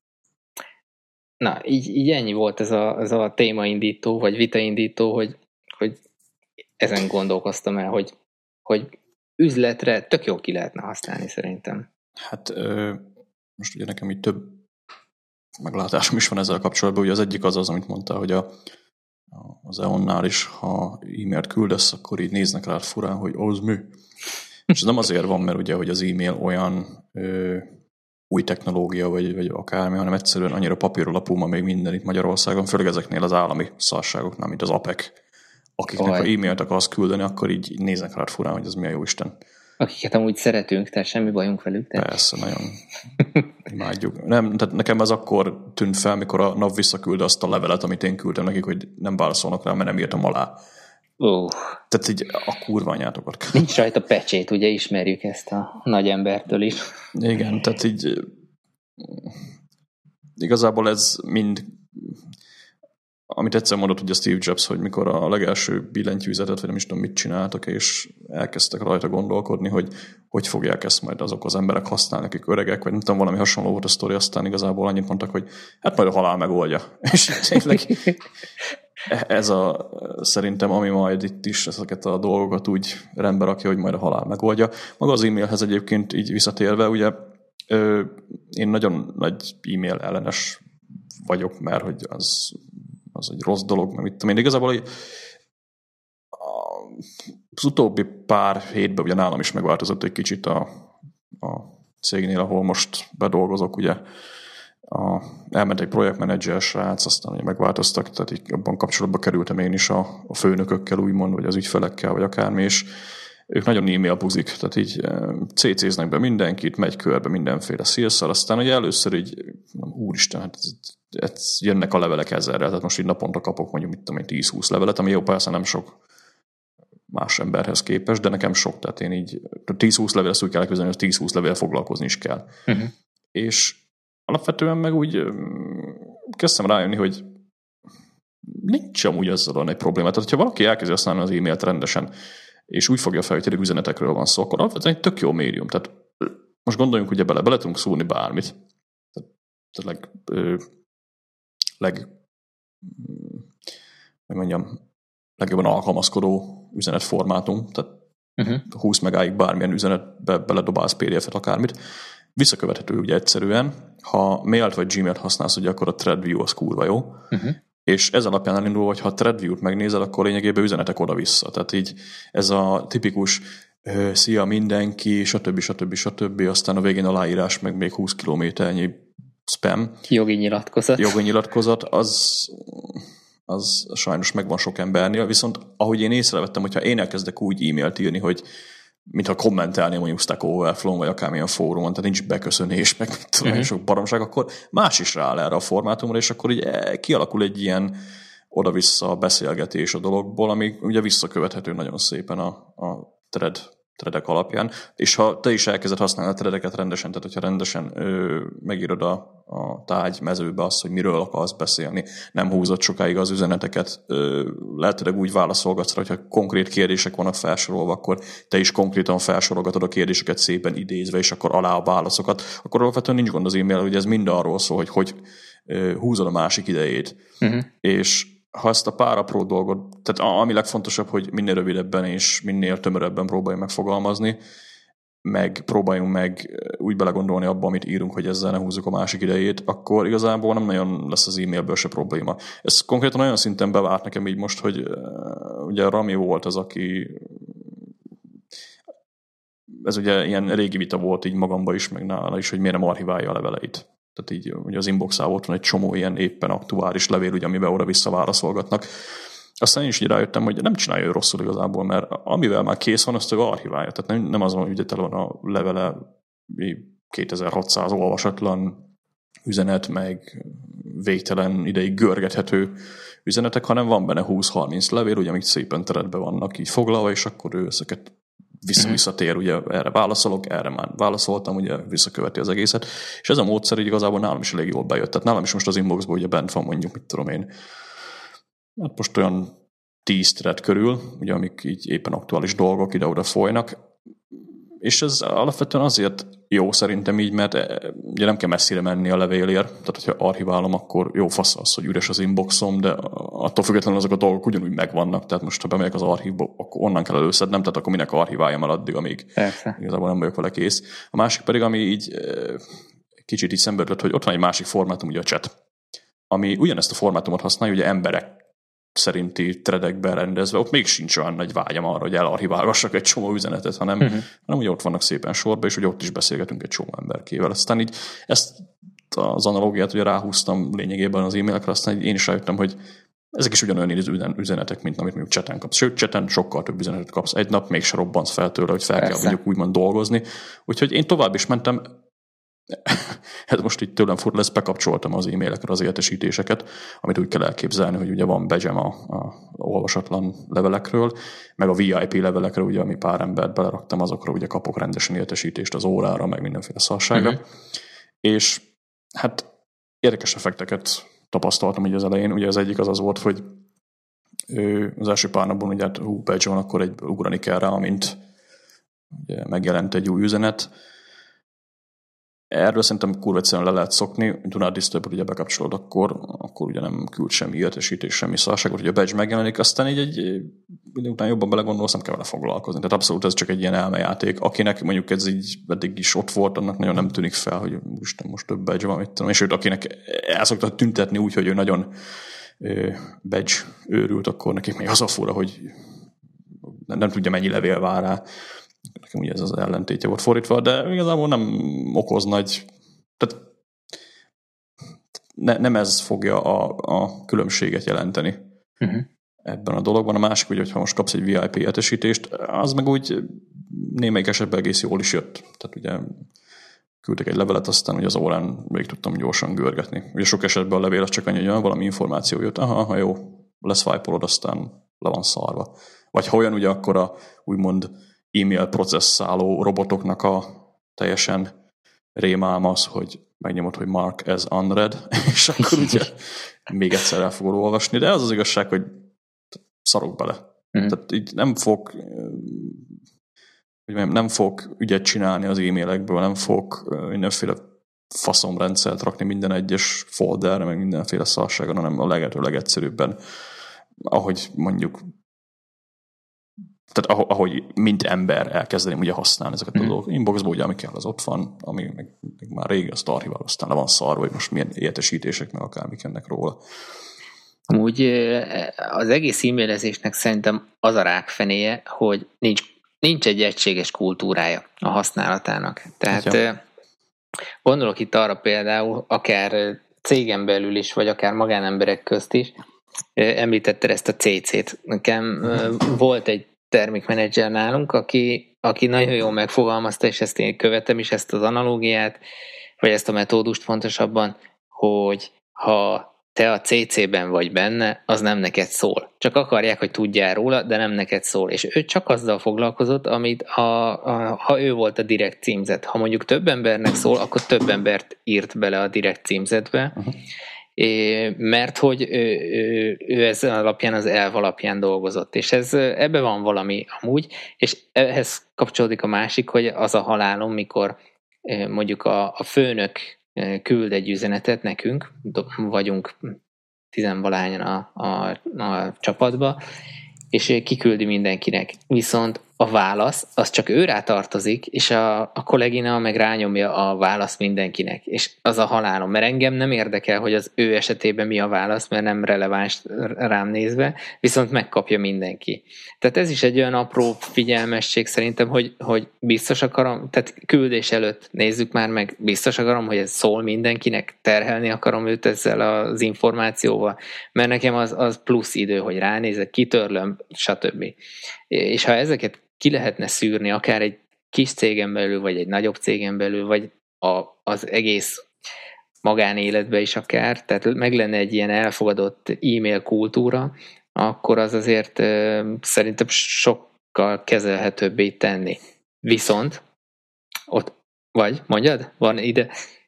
na, így, így ennyi volt ez a, ez a témaindító, vagy vitaindító, hogy, hogy ezen gondolkoztam el, hogy, hogy üzletre tök jól ki lehetne használni szerintem. Hát ö, most ugye nekem így több meglátásom is van ezzel kapcsolatban. Ugye az egyik az az, amit mondtál, hogy a, az é o ennál is, ha e-mailt küldesz, akkor így néznek rád furán, hogy az mi. És ez nem azért van, mert ugye, hogy az e-mail olyan ö, új technológia, vagy, vagy akármi, hanem egyszerűen annyira papíralapú ma még minden itt Magyarországon, főleg ezeknél az állami szarságoknál, mint az á pé e cé, akiknek Oly. ha e-mailt akarsz küldeni, akkor így néznek rád furán, hogy ez mi a jóisten. Akiket amúgy szeretünk, tehát semmi bajunk velük. Tehát. Persze, nagyon imádjuk. Nem, tehát nekem ez akkor tűnt fel, mikor a NAV visszaküldte azt a levelet, amit én küldtem nekik, hogy nem válaszolnak rá, mert nem írtam alá. Uh. Tehát így a kurva anyátokat. Nincs rajta pecsét, ugye ismerjük ezt a nagy embertől is. Igen, tehát így igazából ez mind, amit egyszer mondott ugye Steve Jobs, hogy mikor a legelső billentyűzetet, vagy nem is tudom mit csináltak, és elkezdtek rajta gondolkodni, hogy hogy fogják ezt majd azok az emberek használni, akik öregek, vagy nem tudom, valami hasonló volt a sztori, aztán igazából annyit mondtak, hogy hát majd a halál megoldja. És tényleg ez a, szerintem, ami majd itt is ezeket a dolgokat úgy rendbe rakja, hogy majd a halál megoldja. Maga az e-mailhez egyébként így visszatérve, ugye én nagyon nagy e-mail ellenes vagyok, mert hogy az az egy rossz dolog, mert mit tudom én. Igazából az utóbbi pár hétben ugye nálam is megváltozott egy kicsit a, a cégnél, ahol most bedolgozok, ugye a, elment egy projektmenedzser srác, aztán ugye megváltoztak, tehát így abban kapcsolatban kerültem én is a, a főnökökkel, úgymond, vagy az ügyfelekkel, vagy akármi, és ők nagyon e-mail buzik, tehát így cé cé-znek be mindenkit, megy körbe mindenféle szélszal, aztán ugye először így, úristen, hát ez, ez, jönnek a levelek ezerrel, tehát most így naponta kapok mondjuk, mit tudom én, tíz-húsz levelet, ami jó, persze nem sok más emberhez képest, de nekem sok, tehát én így tíz-húsz levél, ezt úgy kell elképzelni, hogy tíz-húsz levél foglalkozni is kell. Uh-huh. És alapvetően meg úgy kezdtem rájönni, hogy nincs amúgy ezzel olyan egy probléma. Tehát, ha valaki elkezdi használni az e-mailt rendesen, és úgy fogja fel, hogy tényleg üzenetekről van szó, akkor alapvetően egy tök jó médium. Tehát most gondoljunk, ugye bele, bele tudunk szúrni bármit. Tehát, tehát leg, ö, leg hogy mondjam, legjobban alkalmazkodó üzenetformátum, tehát uh-huh. húsz megáig bármilyen üzenetbe beledobálsz pé dé ef-et, akármit. Visszakövethető ugye egyszerűen. Ha mailt vagy Gmailt használsz, ugye akkor a ThreadView az kurva jó. Uh-huh. És ez alapján elindul, hogy ha a ThreadView-t megnézel, akkor lényegében üzenetek oda-vissza. Tehát így ez a tipikus szia mindenki, stb. stb. stb. Aztán a végén aláírás, meg még húsz kilométernyi spam. Jogi nyilatkozat. Jogi nyilatkozat, az, az sajnos megvan sok embernél. Viszont ahogy én észrevettem, hogyha én elkezdek úgy e-mailt írni, hogy mintha kommentelni mondjuk Stack Overflow-n, vagy akármilyen fórumon, tehát nincs beköszönés, meg tudom, uh-huh. sok baromság, akkor más is rááll erre a formátumra, és akkor így kialakul egy ilyen oda-vissza beszélgetés a dologból, ami ugye visszakövethető nagyon szépen a, a thread, threadek alapján. És ha te is elkezded használni a threadeket rendesen, tehát hogyha rendesen ö, megírod a, a tárgy mezőbe azt, hogy miről akarsz beszélni, nem húzott sokáig az üzeneteket, ö, lehetőleg úgy válaszolgatsz, hogyha konkrét kérdések vannak felsorolva, akkor te is konkrétan felsorolgatod a kérdéseket szépen idézve, és akkor alá a válaszokat, akkor alapvetően nincs gond az e-mail, hogy ez mind arról szól, hogy hogy ö, húzod a másik idejét. Uh-huh. És ha ezt a pár apró dolgot, tehát ami legfontosabb, hogy minél rövidebben és minél tömörebben próbáljuk megfogalmazni, meg próbáljunk meg úgy belegondolni abba, amit írunk, hogy ezzel ne húzzuk a másik idejét, akkor igazából nem nagyon lesz az e-mailből se probléma. Ez konkrétan olyan szinten bevált nekem így most, hogy uh, ugye Rami volt az, aki ez ugye ilyen régi vita volt így magamba is, meg nála is, hogy miért nem archiválja a leveleit. Tehát így ugye az inboxában ott van egy csomó ilyen éppen aktuális levél, ugye, amiben oda-vissza válaszolgatnak. Aztán én is így rájöttem, hogy nem csinálja ő rosszul igazából, mert amivel már kész van, azt ő archiválja. Tehát nem, nem az van, hogy ugye tele van a levele kétezer-hatszáz olvasatlan üzenet, meg végtelen ideig görgethető üzenetek, hanem van benne húsz-harminc levél, ugye, amik szépen teredbe vannak így foglalva, és akkor ő ezeket vissza-visszatér, ugye erre válaszolok, erre már válaszoltam, ugye visszaköveti az egészet, és ez a módszer így igazából nálam is elég jól bejött. Tehát nálam is most az inboxban ugye bent van mondjuk, mit tudom én, hát most olyan tíz thread körül, ugye amik így éppen aktuális dolgok ide-oda folynak, és ez alapvetően azért jó szerintem így, mert ugye nem kell messzire menni a levélért, tehát hogyha archiválom, akkor jó fasz az, hogy üres az inboxom, de attól függetlenül azok a dolgok ugyanúgy megvannak, tehát most ha bemegyek az archívba, akkor onnan kell előszednem, tehát akkor minek archiváljam el addig, amíg Persze. igazából nem vagyok vele kész. A másik pedig, ami így kicsit így szembe ötlött, hogy ott van egy másik formátum, ugye a chat, ami ugyanezt a formátumot használja, ugye emberek szerinti threadekben rendezve, ott még sincs olyan nagy vágyam arra, hogy elarchiválgassak egy csomó üzenetet, hanem, uh-huh. hanem ugye ott vannak szépen sorba, és ugye ott is beszélgetünk egy csomó emberkével. Aztán így ezt az analógiát ugye ráhúztam lényegében az e-mailekre, aztán én is rájöttem, hogy ezek is ugyanolyan üzenetek, mint amit mondjuk chaten kapsz. Sőt, chaten sokkal több üzenetet kapsz. Egy nap mégse robbansz fel tőle, hogy fel Persze. kell mondjuk úgymond dolgozni. Úgyhogy én tovább is mentem, hát most itt tőlem furcsa lesz, bekapcsoltam az e-mailekre az értesítéseket, amit úgy kell elképzelni, hogy ugye van badge-em a, a olvasatlan levelekről, meg a vé i pé levelekre, ugye, ami pár embert beleraktam, azokra ugye kapok rendesen értesítést az órára, meg mindenféle szarságra. Uh-huh. És hát érdekes effekteket tapasztaltam így az elején. Ugye az egyik az az volt, hogy ő, az első pár napban ugye hát hú, badge van, akkor egy ugrani kell rá, amint ugye megjelent egy új üzenet. Erről szerintem kurva egyszerűen le lehet szokni, do not disturb, ugye bekapcsolod, akkor, akkor ugye nem küld semmi értesítés, semmi szarságot, hogy a badge megjelenik, aztán így egy idő után jobban belegondolsz, nem kell vele foglalkozni. Tehát abszolút ez csak egy ilyen elmejáték. Akinek mondjuk ez így eddig is ott volt, annak nagyon nem tűnik fel, hogy Isten, most több badge van, mit tudom, és őt akinek el szoktak tüntetni úgy, hogy ő nagyon badge őrült, akkor neki még az a fura, hogy nem, nem tudja, mennyi levél vár rá. Nekem ugye ez az ellentétje volt fordítva, de igazából nem okoz nagy... Tehát ne, nem ez fogja a, a különbséget jelenteni. Uh-huh. ebben a dologban. A másik, hogy ha most kapsz egy vé i pé értesítést, az meg úgy némelyik esetben egész jól is jött. Tehát ugye küldtek egy levelet, aztán hogy az órán végig tudtam gyorsan görgetni. Ugye sok esetben a levél az csak annyi, hogy valami információ jött. Aha, aha, jó, leszwipe-olod, aztán le van szarva. Vagy ha olyan, ugye akkor a úgymond e-mail processzáló robotoknak a teljesen rémálma az, hogy megnyomod, hogy mark as unread, és akkor ugye még egyszer el fogod olvasni. De az az igazság, hogy szarok bele. Mm. Tehát így nem fog hogy nem fog ügyet csinálni az e-mailekből, nem fog mindenféle faszomrendszert rakni minden egyes folderre, meg mindenféle szarságon, hanem a lehető legegyszerűbben, ahogy mondjuk tehát ahogy mint ember elkezdeném ugye használni ezeket a mm. dolgokat. Inboxban ugye, ami kell, az ott van, ami meg, meg már régi, azt archivál, aztán le van szarva, hogy most milyen értesítések, meg akármik ennek róla. Amúgy az egész e-mailezésnek szerintem az a rákfenéje, hogy nincs, nincs egy egységes kultúrája a használatának. Tehát ja. Gondolok itt arra például, akár cégen belül is, vagy akár magánemberek közt is, említetted ezt a cé cét. Nekem mm. volt egy termékmenedzser nálunk, aki, aki nagyon jól megfogalmazta, és ezt én követem is, ezt az analógiát, vagy ezt a metódust pontosabban, hogy ha te a cé cében vagy benne, az nem neked szól. Csak akarják, hogy tudjál róla, de nem neked szól. És ő csak azzal foglalkozott, amit a, a, ha ő volt a direkt címzet. Ha mondjuk több embernek szól, akkor több embert írt bele a direkt címzetbe, uh-huh. É, mert hogy ő, ő, ő ez alapján, az elv alapján dolgozott. És ez, ebbe van valami amúgy, és ehhez kapcsolódik a másik, hogy az a halálom, mikor mondjuk a, a főnök küld egy üzenetet nekünk, vagyunk tizenvalahányan a, a, a csapatba, és kiküldi mindenkinek. Viszont a válasz, az csak őrá tartozik, és a, a kollégina meg rányomja a választ mindenkinek. És az a halálom, mert engem nem érdekel, hogy az ő esetében mi a válasz, mert nem releváns rám nézve, viszont megkapja mindenki. Tehát ez is egy olyan apró figyelmesség szerintem, hogy, hogy biztos akarom, tehát küldés előtt nézzük már meg, biztos akarom, hogy ez szól mindenkinek, terhelni akarom őt ezzel az információval, mert nekem az, az plusz idő, hogy ránézek, kitörlöm, stb. És ha ezeket ki lehetne szűrni, akár egy kis cégen belül, vagy egy nagyobb cégen belül, vagy a, az egész magánéletben is akár, tehát meg lenne egy ilyen elfogadott e-mail kultúra, akkor az azért uh, szerintem sokkal kezelhetőbbé tenni. Viszont, ott, vagy, mondjad? Van ide?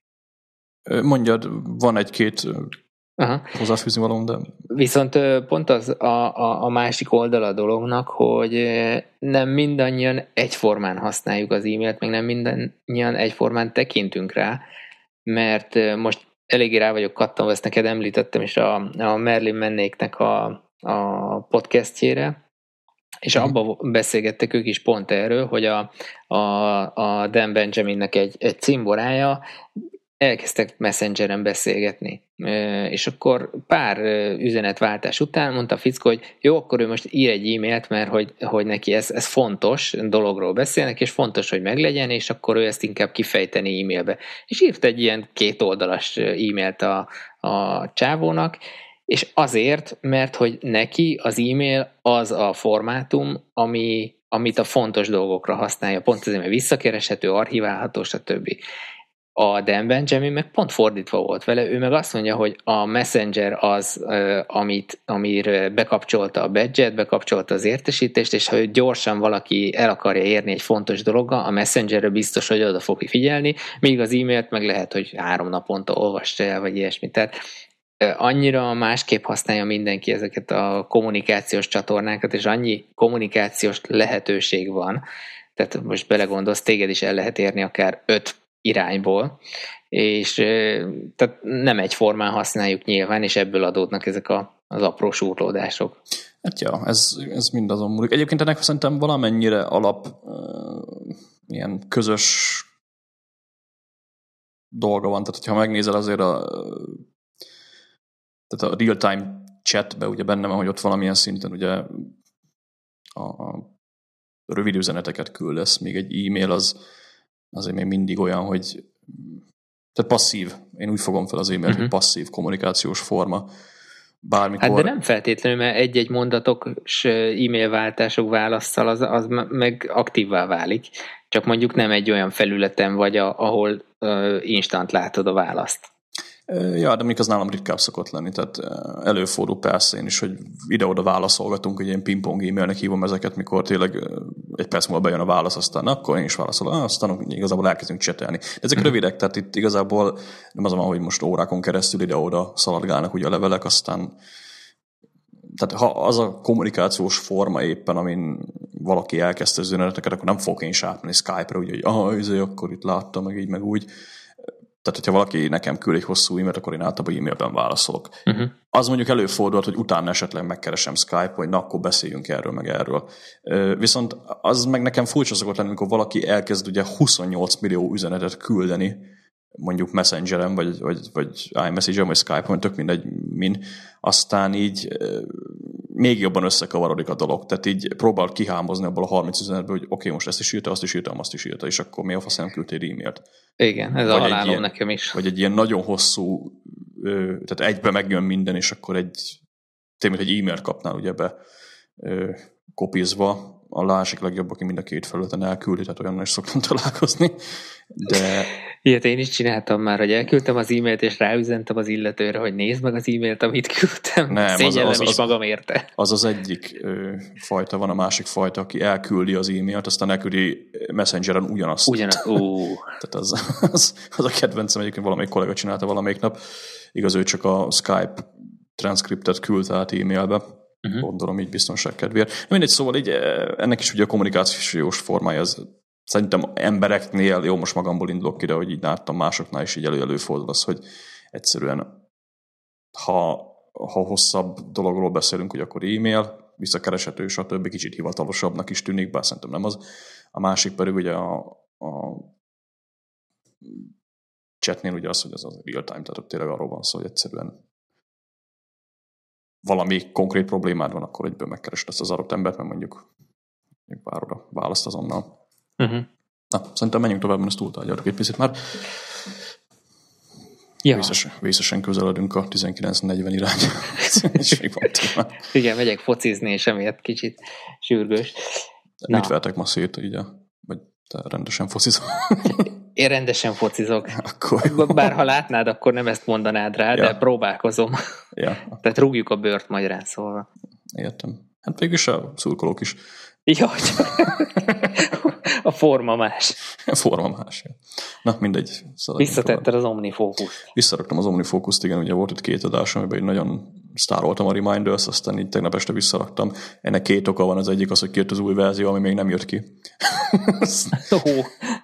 Mondjad, van egy-két Aha. hozzáfűzni valóm, de... Viszont pont az a, a, a másik oldala a dolognak, hogy nem mindannyian egyformán használjuk az e-mailt, meg nem mindannyian egyformán tekintünk rá, mert most eléggé rá vagyok kattanva, ezt neked említettem is a, a Merlin Mennéknek a, a podcastjére, és abban beszélgettek ők is pont erről, hogy a, a, a Dan Benjaminnek egy, egy cimborája, elkezdtek Messengeren beszélgetni, és akkor pár üzenetváltás után mondta a fickó, hogy jó, akkor ő most ír egy e-mailt, mert hogy, hogy neki ez, ez fontos dologról beszélnek, és fontos, hogy meglegyen, és akkor ő ezt inkább kifejteni e-mailbe. És írt egy ilyen kétoldalas e-mailt a, a csávónak, és azért, mert hogy neki az e-mail az a formátum, ami, amit a fontos dolgokra használja, pont azért, mert visszakereshető, archiválható, stb. A Dan Benjamin meg pont fordítva volt vele, ő meg azt mondja, hogy a Messenger az, amit, amire bekapcsolta a badge-et, bekapcsolta az értesítést, és ha ő gyorsan valaki el akarja érni egy fontos dologgal, a Messengerre biztos, hogy oda fog figyelni, míg az e-mailt meg lehet, hogy három naponta olvassa el, vagy ilyesmi. Tehát annyira másképp használja mindenki ezeket a kommunikációs csatornákat, és annyi kommunikációs lehetőség van, tehát most belegondolsz, téged is el lehet érni akár öt irányból, és tehát nem egyformán használjuk nyilván, és ebből adódnak ezek a, az apró súrlódások. Hát ja, ez, ez mind azon múlik. Egyébként ennek szerintem valamennyire alap uh, ilyen közös dolga van, tehát ha megnézel azért a tehát a real-time chatbe ugye benne van, hogy ott valamilyen szinten ugye a, a rövid üzeneteket küldesz, még egy e-mail az azért még mindig olyan, hogy tehát passzív, én úgy fogom fel az e-mailt, uh-huh. hogy passzív kommunikációs forma, bármikor. Hát de nem feltétlenül, mert egy-egy mondatokos e-mail váltások válasszal az, az meg aktívvá válik. Csak mondjuk nem egy olyan felületen vagy, ahol uh, instant látod a választ. Ja, de mondjuk az nálam ritkább szokott lenni, tehát előfordul persze én is, hogy ide-oda válaszolgatunk, hogy ilyen pingpong e-mailnek hívom ezeket, mikor tényleg egy perc múlva bejön a válasz, aztán akkor én is válaszolok, aztán igazából elkezdünk csetelni. De ezek uh-huh. rövidek, tehát itt igazából nem az van, hogy most órákon keresztül ide-oda szaladgálnak ugye a levelek, aztán tehát ha az a kommunikációs forma éppen, amin valaki elkezdte az üzeneteket, akkor nem fogok én is átmenni Skype-ra, ugye, hogy ah, izé, akkor itt láttam, meg így, meg úgy. Tehát, hogyha valaki nekem küld egy hosszú e-mailt, akkor én általában e-mailben válaszolok. Uh-huh. Az mondjuk előfordult, hogy utána esetleg megkeresem Skype, hogy na, akkor beszéljünk erről, meg erről. Viszont az meg nekem furcsa szokott lenni, amikor valaki elkezd ugye huszonnyolc millió üzenetet küldeni, mondjuk Messengeren, vagy, vagy, vagy iMessage-en, vagy Skype-on, tök mindegy, min. Aztán így még jobban összekavarodik a dolog. Tehát így próbál kihámozni abból a harminc üzenetből, hogy oké, okay, most ezt is írta, azt is írtam, azt is írta, és akkor mi a fasz nem küldtél e-mailt. Igen, ez vagy a halálom ilyen, nekem is. Vagy egy ilyen nagyon hosszú, tehát egybe megjön minden, és akkor egy, tényleg egy e-mailt kapnál ugye be kopizva. A másik legjobb, aki mind a két felületen elküldi, tehát olyan is szoktam találkozni. De... Ilyet én is csináltam már, hogy elküldtem az e-mailt, és ráüzentem az illetőre, hogy nézd meg az e-mailt, amit küldtem. Nem, szégyellem az, az, is magam érte. Az az egyik ö, fajta, van a másik fajta, aki elküldi az e-mailt, aztán elküldi Messengeren ugyanazt. Ugyanazt, ó. Tehát az, az, az a kedvencem, egyébként valamelyik kollega csinálta valamelyik nap. Igaz, ő csak a Skype transcriptet küldte át e-mailbe. Uh-huh. Gondolom így biztonság kedvéért. Mindegy, szóval így, ennek is ugye a kommunikációs formája, az szerintem embereknél, jó, most magamból indulok ki, de hogy így láttam másoknál is így elő-előfordul az, hogy egyszerűen ha, ha hosszabb dologról beszélünk, hogy akkor e-mail, visszakereshető, stb. Kicsit hivatalosabbnak is tűnik, bár szerintem nem az. A másik pedig ugye a, a chatnél ugye az, hogy az az real time, tehát tényleg arról van szó, hogy egyszerűen valami konkrét problémád van, akkor egyből megkeresd ezt az adott embert, mert mondjuk várod a választ azonnal. Uh-huh. Na, szerintem menjünk tovább, mert ezt túltárgyaltuk egy picit már. Ja. Vészesen, vészesen közeledünk a tizenkilenc negyven irány. Igen, megyek focizni, és emiatt kicsit sürgős. Na. Mit vertek ma szét, így a, vagy te rendesen focizol? Én rendesen focizok. Akkor bár ha látnád, akkor nem ezt mondanád rá, ja. De próbálkozom. Ja. Tehát rúgjuk a bőrt magyarán szólva. Értem. Hát végülis a szurkolók is. Ja, a forma más. A forma más. Na, mindegy. Visszatetted az OmniFocus-t. Visszaraktam az OmniFocus-t, igen, ugye volt itt két adás, amiben nagyon sztároltam a Reminders, aztán így tegnap este visszaraktam. Ennek két oka van, az egyik az, hogy kijött az új verzió, ami még nem jött ki. Oh.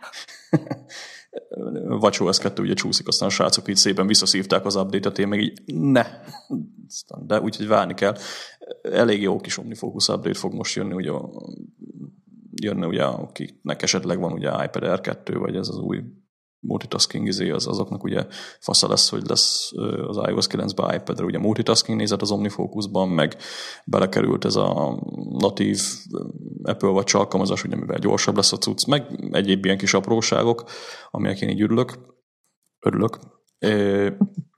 WatchOS kettő ugye csúszik, aztán a srácok így szépen visszaszívták az update-et, én meg így ne. De úgyhogy várni kell. Elég jó kis OmniFocus update fog most jönni, ugye jönne ugye, akiknek esetleg van ugye iPad Air kettő, vagy ez az új multitasking izé, az azoknak ugye fasza lesz, hogy lesz az iOS kilencben iPad-re ugye multitasking nézet az OmniFocusban, meg belekerült ez a natív Apple Watch alkalmazás, ugye mivel gyorsabb lesz a cucc, meg egyéb ilyen kis apróságok, aminek én így örülök. Örülök. É,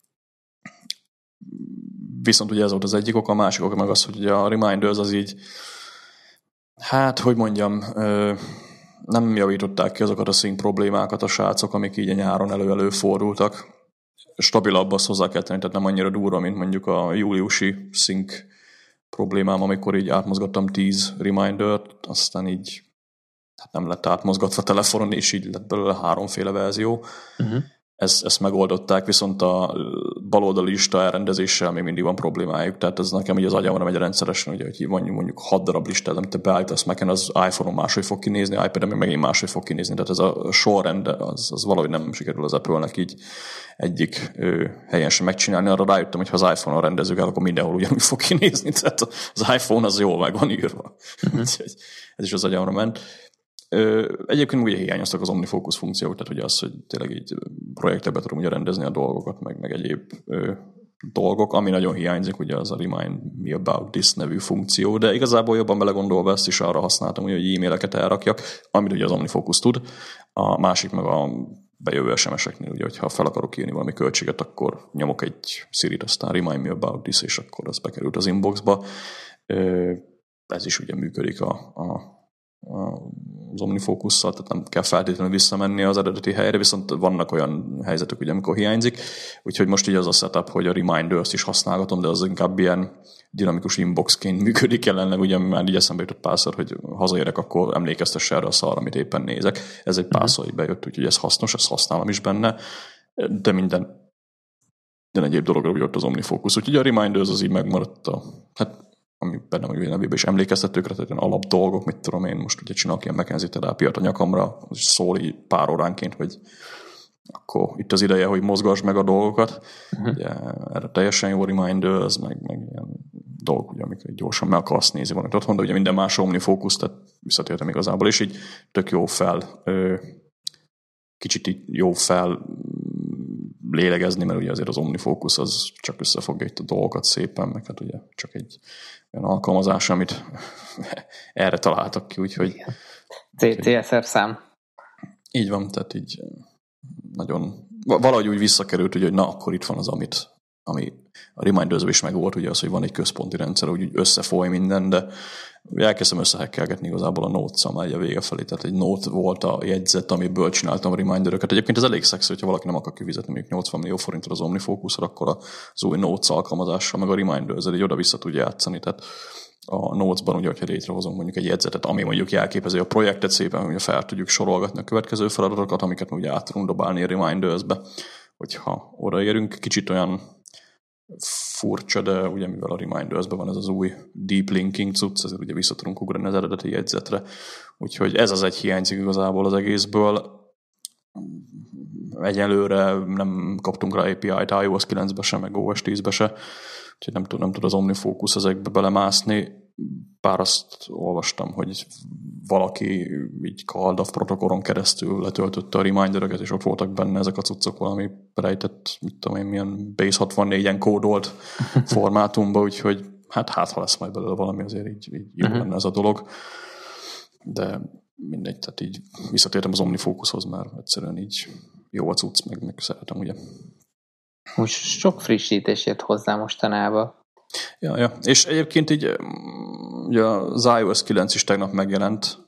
viszont ugye ez volt az egyik oka, a másik oka meg az, hogy ugye a Reminders az így hát, hogy mondjam, nem javították ki azokat a sync problémákat a srácok, amik így a nyáron elő-elő fordultak. Stabilabb, azt hozzá kell tenni, tehát nem annyira durva, mint mondjuk a júliusi sync problémám, amikor így átmozgattam tíz remindert, aztán így hát nem lett átmozgatva telefonon, és így lett belőle háromféle verzió. Uh-huh. Ezt, ezt megoldották, viszont a baloldali lista elrendezéssel még mindig van problémájuk, tehát ez nekem így az agyamra megy rendszeresen, ugye, hogy mondjuk, mondjuk hat darab listát, amit te beállítasz Mac-en, az iPhone-on máshogy fog kinézni, iPad-en meg megint máshogy fog kinézni, tehát ez a sorrend, az, az valahogy nem sikerül az Apple-nek így egyik ö, helyen sem megcsinálni. Arra rájöttem, hogy ha az iPhone-on rendezzük el, akkor mindenhol ugyanúgy fog kinézni, tehát az iPhone az jól meg van írva. Uh-huh. Ez is az agyamra ment. Egyébként ugye hiányoztak az OmniFocus funkciók, tehát ugye az, hogy tényleg így projektekbe tudom ugye rendezni a dolgokat, meg, meg egyéb ö, dolgok, ami nagyon hiányzik, ugye az a Remind Me About This nevű funkció, de igazából jobban belegondolva ezt is arra használtam, hogy e-maileket elrakjak, amit ugye az OmniFocus tud, a másik meg a bejövő es em es-eknél, ugye, hogyha fel akarok írni valami költséget, akkor nyomok egy Siri-t, aztán remind me about this, és akkor az bekerült az inboxba. Ez is ugye működik a, a, a, az OmniFocus-szal, tehát nem kell feltétlenül visszamenni az eredeti helyre, viszont vannak olyan helyzetek, ugye, amikor hiányzik, úgyhogy most így az a setup, hogy a Reminders is használgatom, de az inkább ilyen dinamikus inboxként működik jelenleg, ugye már így eszembe jutott párszor, hogy hazaérek, akkor emlékeztesse erre a szarra, amit éppen nézek. Ez egy párszor így bejött, úgyhogy ez hasznos, ezt használom is benne, de minden, minden egyéb dologra úgy ott az OmniFocus. Úgyhogy a Reminders az így megmaradt a, hát ami benne vagy nevében is emlékeztetőkre, tehát alap dolgok, mit tudom én, most ugye csinálok ilyen McKenzie terápiát a nyakamra, és szól így pár óránként, hogy akkor itt az ideje, hogy mozgass meg a dolgokat. Uh-huh. Ugye, erre teljesen jó Reminders, meg, meg ilyen dolgok, ugye, amikor gyorsan meg akarsz nézni valamit otthon, de ugye minden más OmniFocus, tehát visszatértem igazából, és így tök jó fel, kicsit így jó fel lélegezni, mert ugye azért az OmniFocus az csak összefogja itt a dolgokat szépen, meg hát ugye csak egy olyan alkalmazás, amit erre találtak ki, úgyhogy... té es er szám. Így van, tehát így nagyon... Valahogy úgy visszakerült, ugye, hogy na, akkor itt van az, amit, ami a Reminders-ben is meg volt, ugye az, hogy van egy központi rendszer, úgy összefoly minden, de elkezdtem összehekkelgetni igazából a Notes-szal már a vége felé, tehát egy Note volt a jegyzet, amiből csináltam a Reminderöket. Egyébként ez elég szexi, hogyha valaki nem akar kifizetni mondjuk nyolcvan millió forintra az OmniFocusra, akkor az új Notes alkalmazással, meg a Reminders-el így oda-vissza tudja játszani, tehát a Notes-ban ugye, hogyha létrehozunk mondjuk egy jegyzetet, ami mondjuk jelképezi a projektet szépen, hogy fel tudjuk sorolgatni a következő feladatokat, amiket ugye át tudunk dobálni a Reminders-be, hogyha odaérünk. Kicsit olyan furcsa, de ugye mivel a Reminders-ben van ez az új deep linking cucc, ezért ugye vissza tudunk ugrani az eredeti jegyzetre. Úgyhogy ez az egy hiányzik igazából az egészből. Egyelőre nem kaptunk rá á pé í-t iOS kilencbe se, meg o es tízbe se, úgyhogy nem tud, nem tud az OmniFocus ezekbe belemászni. Bár azt olvastam, hogy valaki így CalDAV protokollon keresztül letöltötte a Reminderöket, és ott voltak benne ezek a cuccok valami rejtett, mit tudom én, milyen Base hatvannégy-en kódolt formátumba, úgyhogy hát hát, ha lesz majd belőle valami, azért így, így jó uh-huh. lenne ez a dolog. De mindegy, tehát így visszatértem az OmniFocushoz, mert egyszerűen így jó a cucc, meg, meg szeretem, ugye. Most sok frissítés jött hozzá mostanában. Ja, ja. És egyébként így ugye az iOS kilenc is tegnap megjelent,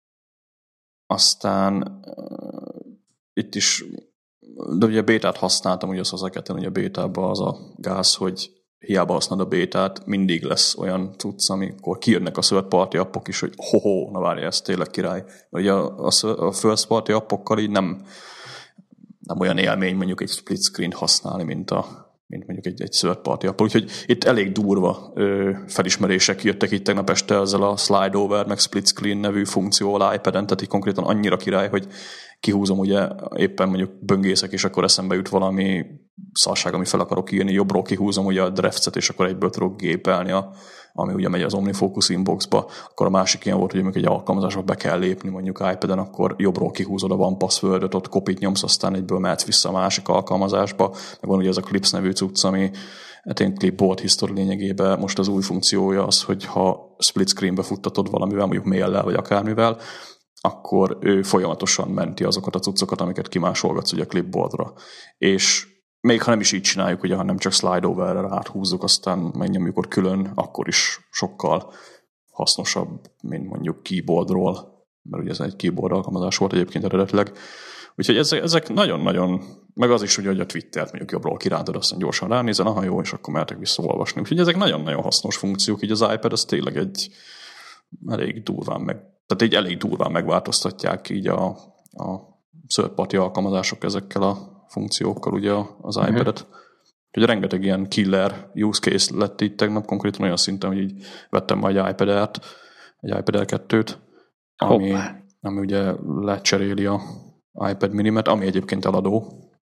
aztán uh, itt is, de ugye bétát használtam, ugye az hozzá kell tenni, hogy a bétában az a gáz, hogy hiába használod a bétát, mindig lesz olyan cucc, amikor kijönnek a third party appok is, hogy ho-ho, na várja, ez tényleg király. Ugye a, a first party appokkal így nem, nem olyan élmény mondjuk egy split screen használni, mint a mint mondjuk egy, egy third party app. Úgyhogy itt elég durva ö, felismerések jöttek itt tegnap este ezzel a slide over, meg split screen nevű funkcióval iPad-en, tehát így konkrétan annyira király, hogy kihúzom, ugye éppen mondjuk böngészek, és akkor eszembe jut valami szarság, ami fel akarok írni, jobbról kihúzom ugye a drafts-et, és akkor egyből tudok gépelni, a, ami ugye megy az OmniFocus inboxba. Akkor a másik ilyen volt, hogy amikor egy alkalmazásba be kell lépni mondjuk iPad-en, akkor jobbról kihúzod a one password-öt, ott kopit nyomsz, aztán egyből mehetsz vissza a másik alkalmazásba. Meg van ugye ez a Clips nevű cucc, ami hát én Clipboard History lényegében most az új funkciója az, hogy ha split screenbe futtatod valamivel, mondjuk maillel vagy akármivel, akkor ő folyamatosan menti azokat a cuccokat, amiket kimásolgatsz ugye a clipboardra. És még ha nem is így csináljuk, ugye, hanem csak slide overre áthúzzuk, aztán megnyomjuk ott külön, akkor is sokkal hasznosabb, mint mondjuk keyboardról, mert ugye ez egy keyboard alkalmazás volt egyébként eredetileg. Úgyhogy ezek, ezek nagyon-nagyon, meg az is, ugye, hogy a Twittert mondjuk jobbról kirántod, aztán gyorsan ránézel, aha jó, és akkor mehetek visszaolvasni. Úgyhogy ezek nagyon-nagyon hasznos funkciók, így az iPad az tényleg egy elég durván meg, tehát így elég durván megváltoztatják így a, a third party alkalmazások ezekkel a funkciókkal ugye az uh-huh. iPad-et. Úgyhogy rengeteg ilyen killer use case lett itt tegnap, konkrétan olyan szinten, hogy így vettem majd egy iPad Air-t, egy iPad Air kettőt, ami, ami ugye lecseréli a iPad Minimet, ami egyébként eladó.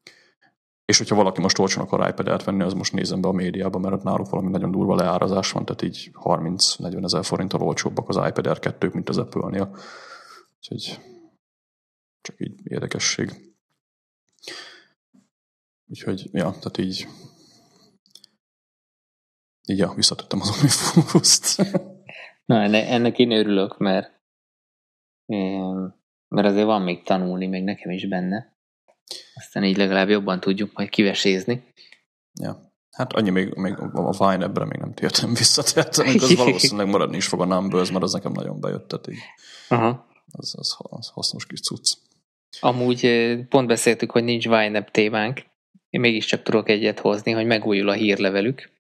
És hogyha valaki most olcsón akar iPad Air-t venni, az most nézem be a médiába, mert ott náluk valami nagyon durva leárazás van, tehát így harminc-negyven ezer forinttal olcsóbbak az iPad Air kettők, mint az Apple-nél. Úgyhogy csak így érdekesség. Úgyhogy, ja, tehát így így, ja, visszatettem az OmniFocust. Na, ennek én örülök, mert mert azért van még tanulni, még nekem is benne. Aztán így legalább jobban tudjuk majd kivesézni. Ja. Hát annyi még, még a Vine ebbre még nem tértem vissza, tehát az valószínűleg maradni is fog a Numbers, mert az nekem nagyon bejött, tehát így. Aha. Az, az, az hasznos kis cucc. Amúgy pont beszéltük, hogy nincs Vine-ebb témánk. Én mégiscsak tudok egyet hozni, hogy megújul a hírlevelük.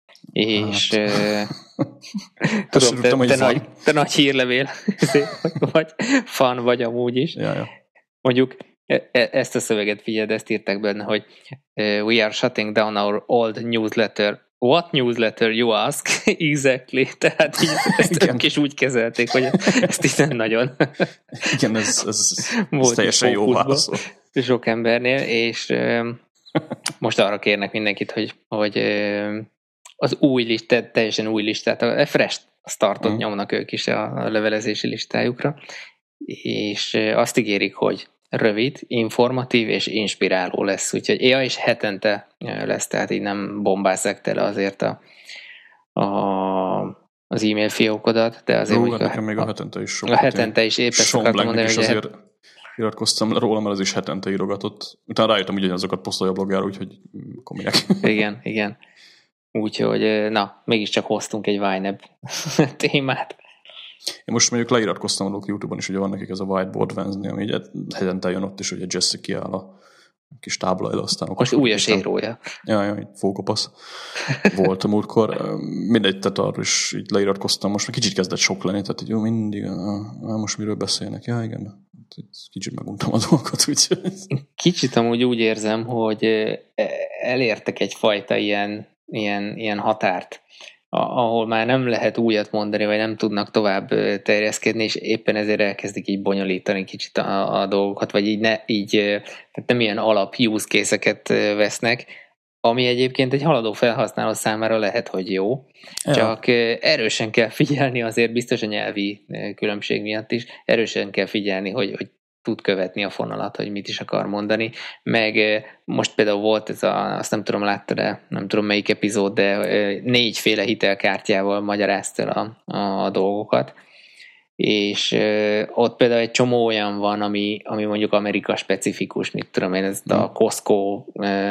És hát. tudom, te, tudom, te, nagy, te nagy hírlevél vagy fan vagy amúgy is. Ja, ja. Mondjuk ezt a szöveget figyeld, ezt írták benne, hogy we are shutting down our old newsletter. What newsletter, you ask? Exactly. Tehát így, ezt ők is úgy kezelték, hogy ezt itt nem nagyon. Igen, ez, ez, ez teljesen jó válaszol. Sok embernél, és most arra kérnek mindenkit, hogy, hogy az új listát, teljesen új listát, a fresh startot mm. nyomnak ők is a levelezési listájukra, és azt ígérik, hogy rövid, informatív és inspiráló lesz, úgyhogy ja, és hetente lesz, tehát így nem bombázzák tele azért a, a, az e-mail fiókodat, de azért Jó, úgy nekem a, még a hetente is sok. A hetente is épp ezt akartam mondani, hogy azért iratkoztam róla, mert az is hetente írogatott. Utána rájöttem, hogy azokat posztolja a blogjára, úgyhogy kominek. Igen, igen. Úgyhogy, na, mégiscsak hoztunk egy Vine-ebb témát. Én most mondjuk leiratkoztam a YouTube-on is, ugye van nekik ez a Whiteboard Wednesday, ami így hetente jön ott is, ugye Jesse kiáll a kis tábla elő, aztán... Most új a sérója. Ja, ja, így fókopasz volt a múltkor. Mindegy, tehát arra is így leiratkoztam, most már kicsit kezdett sok lenni, tehát így jó, mindig, á, most miről beszélnek? Ja, igen, kicsit meguntam a dolgokat, úgyhogy... Kicsit amúgy úgy érzem, hogy elértek egyfajta ilyen, ilyen, ilyen határt, ahol már nem lehet újat mondani, vagy nem tudnak tovább terjeszkedni, és éppen ezért elkezdik így bonyolítani kicsit a, a dolgokat, vagy így, ne, így tehát nem ilyen alap use case-eket vesznek, ami egyébként egy haladó felhasználó számára lehet, hogy jó, ja. Csak erősen kell figyelni, azért biztos a nyelvi különbség miatt is, erősen kell figyelni, hogy, hogy tud követni a fonalat, hogy mit is akar mondani, meg most például volt ez a, azt nem tudom, láttad, de nem tudom melyik epizód, de négyféle hitelkártyával magyarázta a, a, a dolgokat, és ott például egy csomó olyan van, ami, ami mondjuk Amerika specifikus, mit tudom én, ezt a Costco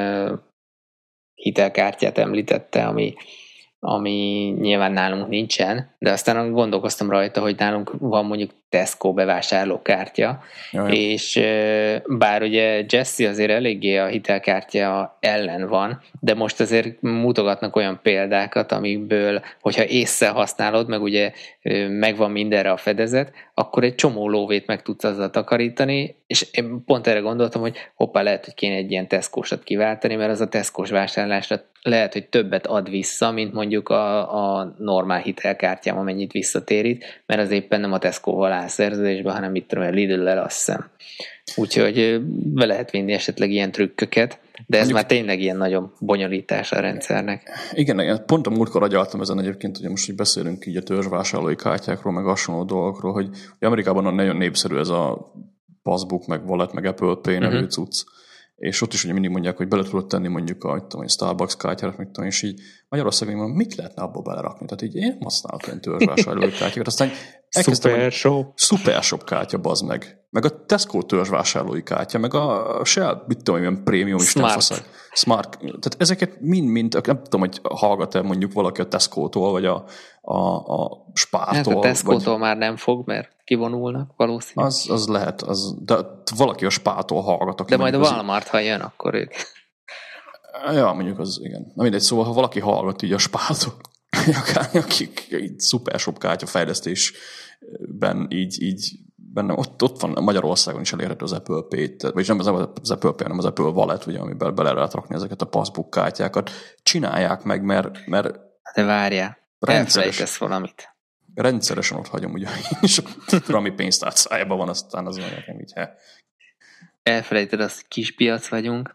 hitelkártyát említette, ami ami nyilván nálunk nincsen, de aztán gondolkoztam rajta, hogy nálunk van mondjuk Tesco bevásárlókártya, Jaj. és bár ugye Jesse azért eléggé a hitelkártya ellen van, de most azért mutogatnak olyan példákat, amikből, hogyha ésszel használod, meg ugye megvan mindenre a fedezet, akkor egy csomó lóvét meg tudsz azzal takarítani, és én pont erre gondoltam, hogy hoppá, lehet, hogy kéne egy ilyen Tesco-sat kiváltani, mert az a Tesco-s vásárlásra lehet, hogy többet ad vissza, mint mondjuk a, a normál hitelkártyám, amennyit visszatérít, mert az éppen nem a Tesco-val áll szerződésben, hanem itt tudom, a Lidl-lel, azt hiszem. Úgyhogy be lehet vinni esetleg ilyen trükköket, de ez mondjuk, már tényleg ilyen nagyon bonyolítás a rendszernek. Igen, pont a múltkor agyaltam ezen egyébként, hogy most így beszélünk így a törzsvásárlói kártyákról, meg hasonló dolgokról, hogy Amerikában nagyon népszerű ez a Passbook, meg Wallet, meg Apple Pay nevű uh-huh. cucc. És ott is ugye mindig mondják, hogy bele tudod tenni mondjuk a, tudom, a Starbucks kártyára, mit tudom, és így Magyarországon mondom, mit lehetne abba belerakni? Tehát így én nem használok ilyen törzsvásárlói kártyákat. Aztán Super shop. Super shop kártya, bazd meg. Meg a Tesco törzsvásárlói kártya, meg a Shell, mit tudom, ilyen prémium is nem faszag. Smart. Tehát ezeket mind-mind, nem tudom, hogy hallgat-e mondjuk valaki a Tesco-tól, vagy a, a, a Spártól. Hát a Tesco-tól vagy... már nem fog, mert kivonulnak valószínűleg. Az, az lehet, az, de valaki a Spártól hallgat. De majd a Walmart, ha jön, akkor ők. Ja, mondjuk az, igen. Na mindegy, szóval ha valaki hallgat így a Spártól, akik így szuper shop kártya fejlesztésben így, így benne, ott, ott van Magyarországon is elérhető az Apple Pay, vagyis nem az, az Apple Pay, hanem az Apple Wallet, ugye, amiben bele lehet rakni ezeket a Passbook kártyákat. Csinálják meg, mert... mert de várjál, elfelejtesz valamit. Rendszeresen ott hagyom, ugye, és ami pénztárcájában van, aztán az nekem így, he. Elfelejted azt, hogy kis piac vagyunk,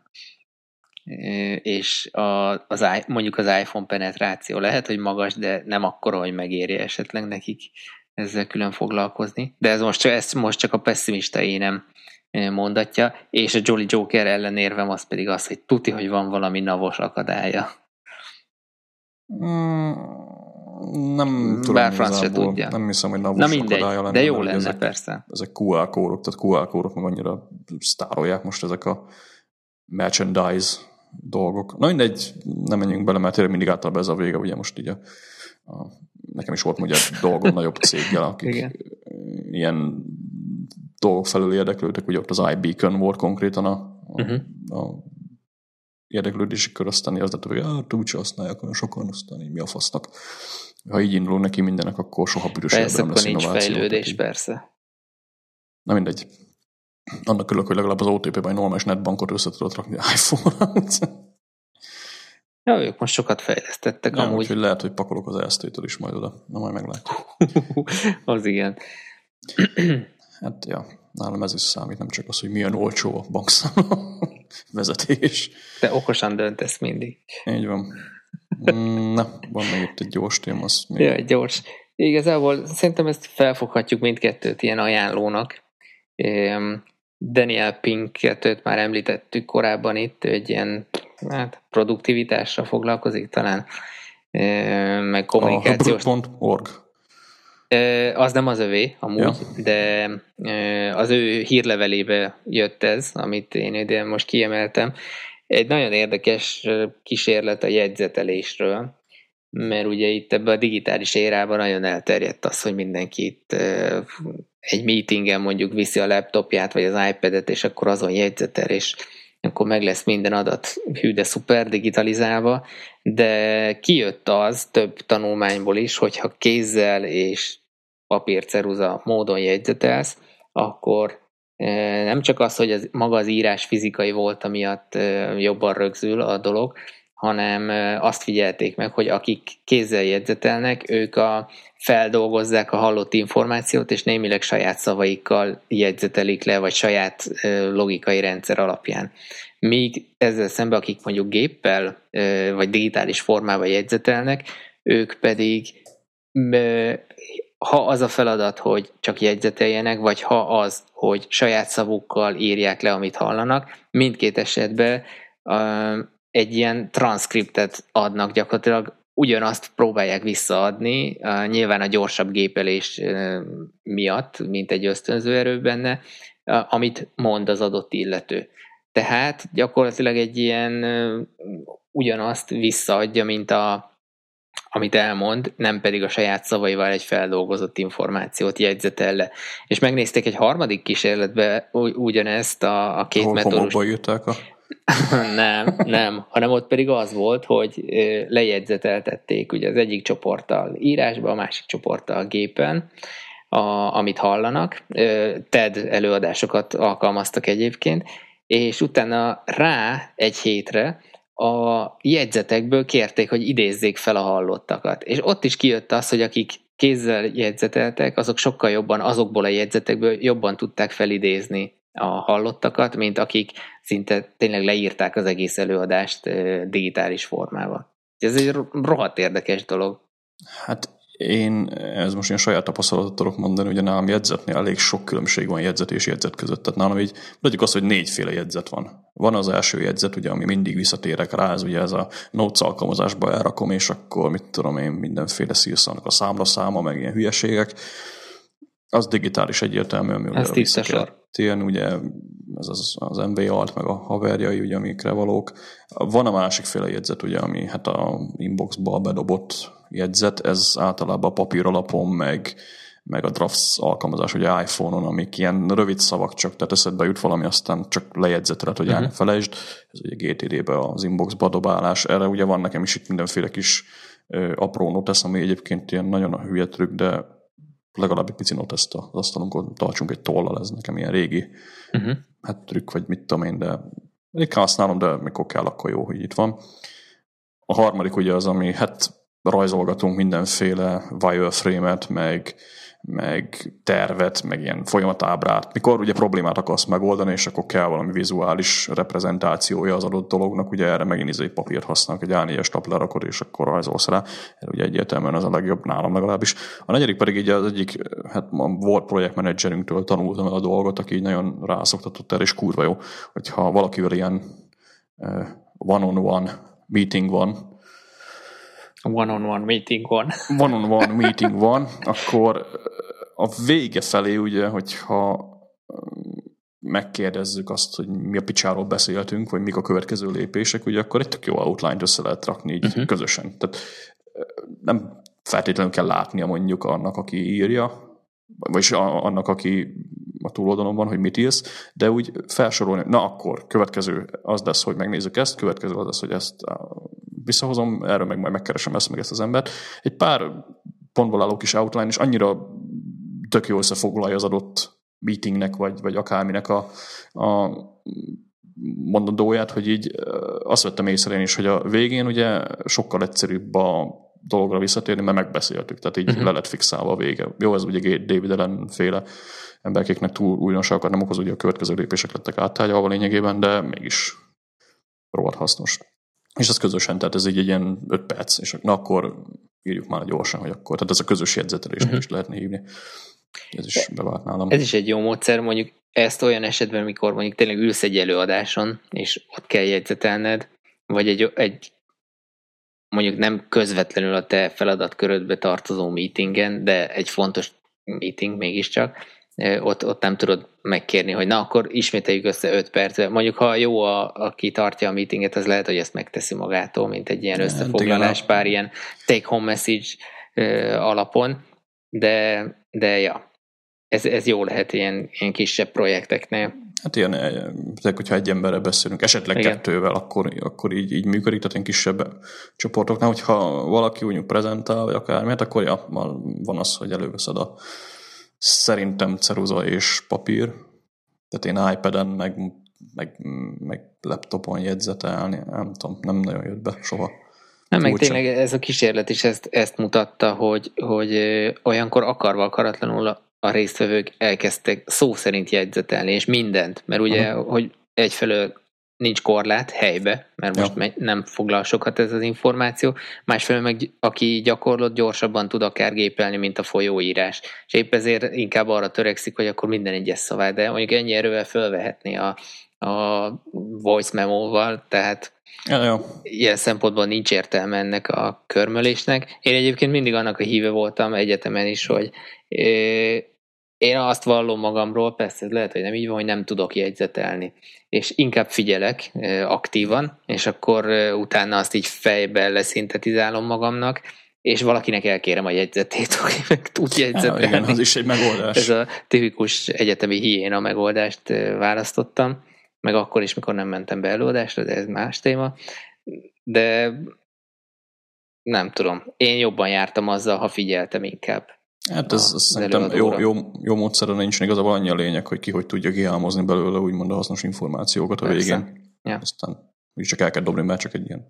és a, az, mondjuk az iPhone penetráció lehet, hogy magas, de nem akkora, hogy megéri esetleg nekik ezzel külön foglalkozni. De ez most, csak, ez most csak a pessimista énem mondatja, és a Jolly Joker ellenérvem az pedig az, hogy tuti, hogy van valami navos akadálya. Mm, nem tudom. Bár Franz se tudja. Nem hiszem, hogy navos Na mindegy, akadálya lenne. De jó lenne, ezek, persze. Ezek kú er kódok, tehát kú er kódok meg annyira sztárolják most ezek a merchandise dolgok. Na mindegy, nem menjünk bele, mert tényleg mindig általában ez a vége, ugye most így a, a, nekem is volt ugye dolgok nagyobb céggel, akik igen. ilyen dolgok felül érdeklődtek, ugye ott az iBeacon volt konkrétan a, a, uh-huh. a érdeklődési kör, aztán az lett, hogy hát úgyse használják olyan sokan, aztán így mi a fasznak. Ha így indulunk neki mindennek, akkor soha büdös persze, nem lesz innováció. Persze, akkor nincs fejlődés, persze. Na mindegy. Annak örülök, hogy legalább az o té pé-ben egy normális netbankot össze tudod rakni iPhone-ra. Ja, ők most sokat fejlesztettek ja, amúgy. Úgyhogy lehet, hogy pakolok az E S T-től is majd oda. Na majd meglátjuk. Az igen. Hát ja, nálam ez is számít, nem csak az, hogy milyen olcsó a bankszámla vezetés. Te okosan döntesz mindig. Így van. Na, van még itt egy gyors téma. Az még... Ja, gyors. Igazából szerintem ezt felfoghatjuk mindkettőt ilyen ajánlónak. Daniel Pinket már említettük korábban itt, egy ilyen produktivitásra foglalkozik talán, meg kommunikációs. A pont org. Az nem az övé, amúgy, ja. De az ő hírlevelébe jött ez, amit én ide most kiemeltem. Egy nagyon érdekes kísérlet a jegyzetelésről, mert ugye itt ebben a digitális érában nagyon elterjedt az, hogy mindenki itt egy meetingen mondjuk viszi a laptopját, vagy az iPad-et, és akkor azon jegyzetel, és akkor meg lesz minden adat hű de szuper digitalizálva, de kijött az több tanulmányból is, hogyha kézzel és papírceruza módon jegyzetelsz, akkor nem csak az, hogy az, maga az írás fizikai volt, amiatt jobban rögzül a dolog, hanem azt figyelték meg, hogy akik kézzel jegyzetelnek, ők a, feldolgozzák a hallott információt, és némileg saját szavaikkal jegyzetelik le, vagy saját logikai rendszer alapján. Míg ezzel szemben, akik mondjuk géppel, vagy digitális formában jegyzetelnek, ők pedig, ha az a feladat, hogy csak jegyzeteljenek, vagy ha az, hogy saját szavukkal írják le, amit hallanak, mindkét esetben egy ilyen transzkriptet adnak, gyakorlatilag ugyanazt próbálják visszaadni, nyilván a gyorsabb gépelés miatt, mint egy ösztönző erő benne, amit mond az adott illető. Tehát gyakorlatilag egy ilyen ugyanazt visszaadja, mint a, amit elmond, nem pedig a saját szavaival egy feldolgozott információt jegyzetel le. És megnézték egy harmadik kísérletbe ugyanezt a, a két metódust. írták a... nem, nem, hanem ott pedig az volt, hogy lejegyzeteltették ugye az egyik csoporttal írásba, a másik csoporttal gépen, a, amit hallanak. TED előadásokat alkalmaztak egyébként, és utána rá egy hétre a jegyzetekből kérték, hogy idézzék fel a hallottakat. És ott is kijött az, hogy akik kézzel jegyzeteltek, azok sokkal jobban, azokból a jegyzetekből jobban tudták felidézni a hallottakat, mint akik szinte tényleg leírták az egész előadást digitális formában. Ez egy rohadt érdekes dolog. Hát én, ez most ilyen saját tapasztalatot tudok mondani, ugye nálam jegyzetnél elég sok különbség van jegyzet és jegyzet között. Tehát nálam így, mondjuk azt, hogy négyféle jegyzet van. Van az első jegyzet, ugye, ami mindig visszatérek rá, ez ugye ez a Notes alkalmazásba elrakom, és akkor mit tudom én, mindenféle szírszalnak a számlaszáma, meg ilyen hülyeségek. Az digitális egyértelmű, ami ugye vissza kell térni, ugye ez az, az em vé alt, meg a haverjai, ugye, amikre valók. Van a másik féle jegyzet, ugye, ami hát a inboxba bedobott jegyzet, ez általában a papír alapon, meg, meg a Drafts alkalmazás, ugye iPhone-on, amik ilyen rövid szavak csak, tehát eszedbe jut valami, aztán csak lejegyzeteled, hogy uh-huh. el ne felejtsd. Ez ugye gé té dé-be az inboxba dobálás. Erre ugye van nekem is itt mindenféle kis ö, apró notesz, ami egyébként ilyen nagyon a hülye trükk, de legalább egy pici noteszt az asztalunkon tartsunk egy tollal, ez nekem ilyen régi uh-huh. hát trükk, vagy mit tudom én, de én használom, de mikor kell, akkor jó, hogy itt van. A harmadik ugye az, ami hát rajzolgatunk mindenféle wireframe-et, meg, meg tervet, meg ilyen folyamatábrát, mikor ugye problémát akarsz megoldani, és akkor kell valami vizuális reprezentációja az adott dolognak, ugye erre megint egy papírt használnak, egy á négyes tap lerakod, és akkor rajzolsz rá. Ez ugye egyértelműen az a legjobb nálam legalábbis. A negyedik pedig így az egyik, hát volt projektmenedzserünktől tanultam el a dolgot, aki így nagyon rászoktatott erre, és kurva jó, hogyha valakivel ilyen uh, one-on-one meeting van, one-on-one meeting van. One-on-one meeting van, akkor a vége felé ugye, hogyha megkérdezzük azt, hogy mi a picsáról beszéltünk, vagy mik a következő lépések, ugye akkor egy tök jó outline-t össze lehet rakni így uh-huh. közösen. Tehát nem feltétlenül kell látnia mondjuk annak, aki írja, vagyis annak, aki a túloldalon van, hogy mit írsz, de úgy felsorolni, na akkor következő az lesz, hogy megnézzük ezt, következő az lesz, hogy ezt visszahozom, erről meg majd megkeresem ezt, meg ezt az embert. Egy pár pontból álló kis outline is annyira tök jól összefoglalja az adott meetingnek, vagy, vagy akárminek a, a mondandóját, hogy így azt vettem észre én is, hogy a végén ugye sokkal egyszerűbb a dologra visszatérni, mert megbeszéltük, tehát így uh-huh. le lett fixálva a vége. Jó, ez ugye David Allen féle emberkéknek túl újdonságokat nem okoz, ugye a következő lépések lettek áttárgyalva lényegében, de mégis rohadt hasznos. És ez közösen, tehát ez így egy ilyen öt perc, és na akkor írjuk már gyorsan, hogy akkor, tehát ez a közös jegyzetelésnek uh-huh. is lehetne hívni. Ez is bevált nálam. Ez is egy jó módszer, mondjuk ezt olyan esetben, amikor mondjuk tényleg ülsz egy előadáson, és ott kell jegyzetelned, vagy egy, egy mondjuk nem közvetlenül a te feladatkörödbe tartozó meetingen, de egy fontos meeting mégiscsak, ott, ott nem tudod megkérni, hogy na, akkor ismételjük össze öt percbe. Mondjuk, ha jó, a, aki tartja a meetinget, az lehet, hogy ezt megteszi magától, mint egy ilyen összefoglalás, pár ilyen take-home message alapon, de, de ja, ez, ez jó lehet ilyen, ilyen kisebb projekteknél. Hát ilyen, hogyha egy emberrel beszélünk, esetleg igen. kettővel, akkor, akkor így, így működik, tehát ilyen kisebb csoportoknál, hogyha valaki úgy prezentál, vagy akármi, hát akkor ja, van az, hogy előveszed a szerintem ceruza és papír, tehát én iPad-en, meg, meg, meg laptopon jegyzetelni, nem tudom, nem nagyon jött be soha. Nem, meg tényleg ez a kísérlet is ezt, ezt mutatta, hogy, hogy olyankor akarva akaratlanul a résztvevők elkezdtek szó szerint jegyzetelni, és mindent, mert ugye, aha. hogy egyfelől nincs korlát helybe, mert most ja. nem foglal sokat ez az információ, másfelől meg aki gyakorlott gyorsabban tud akár gépelni, mint a folyóírás. És épp ezért inkább arra törekszik, hogy akkor minden egyes szavát, de mondjuk ennyi erővel fölvehetné a, a voice memo-val, tehát ja, ja. ilyen szempontból nincs értelme ennek a körmölésnek. Én egyébként mindig annak a híve voltam egyetemen is, hogy én azt vallom magamról, persze ez lehet, hogy nem így van, hogy nem tudok jegyzetelni. És inkább figyelek aktívan, és akkor utána azt így fejbe leszintetizálom magamnak, és valakinek elkérem a jegyzetét, aki meg tud jegyzetelni. Ja, igen, az is egy megoldás. Ez a tipikus egyetemi hiéna megoldást választottam, meg akkor is, mikor nem mentem be előadásra, de ez más téma. De nem tudom, én jobban jártam azzal, ha figyeltem inkább. Hát ez, ez szerintem jó, jó, jó módszerre nincs, igazából annyi a lényeg, hogy ki hogy tudja kihámozni belőle úgymond a hasznos információkat a persze. végén. Ja. Aztán úgy csak el kell dobni, mert csak egy ilyen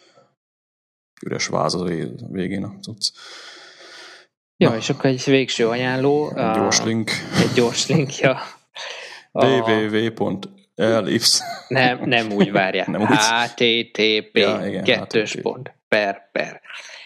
üres váz a végén a cucc. Ja, na. És akkor egy végső ajánló. Egy a, gyors link. Egy gyors link, ja. www pont l y Nem, nem úgy várják. H T T P kettős pont per per.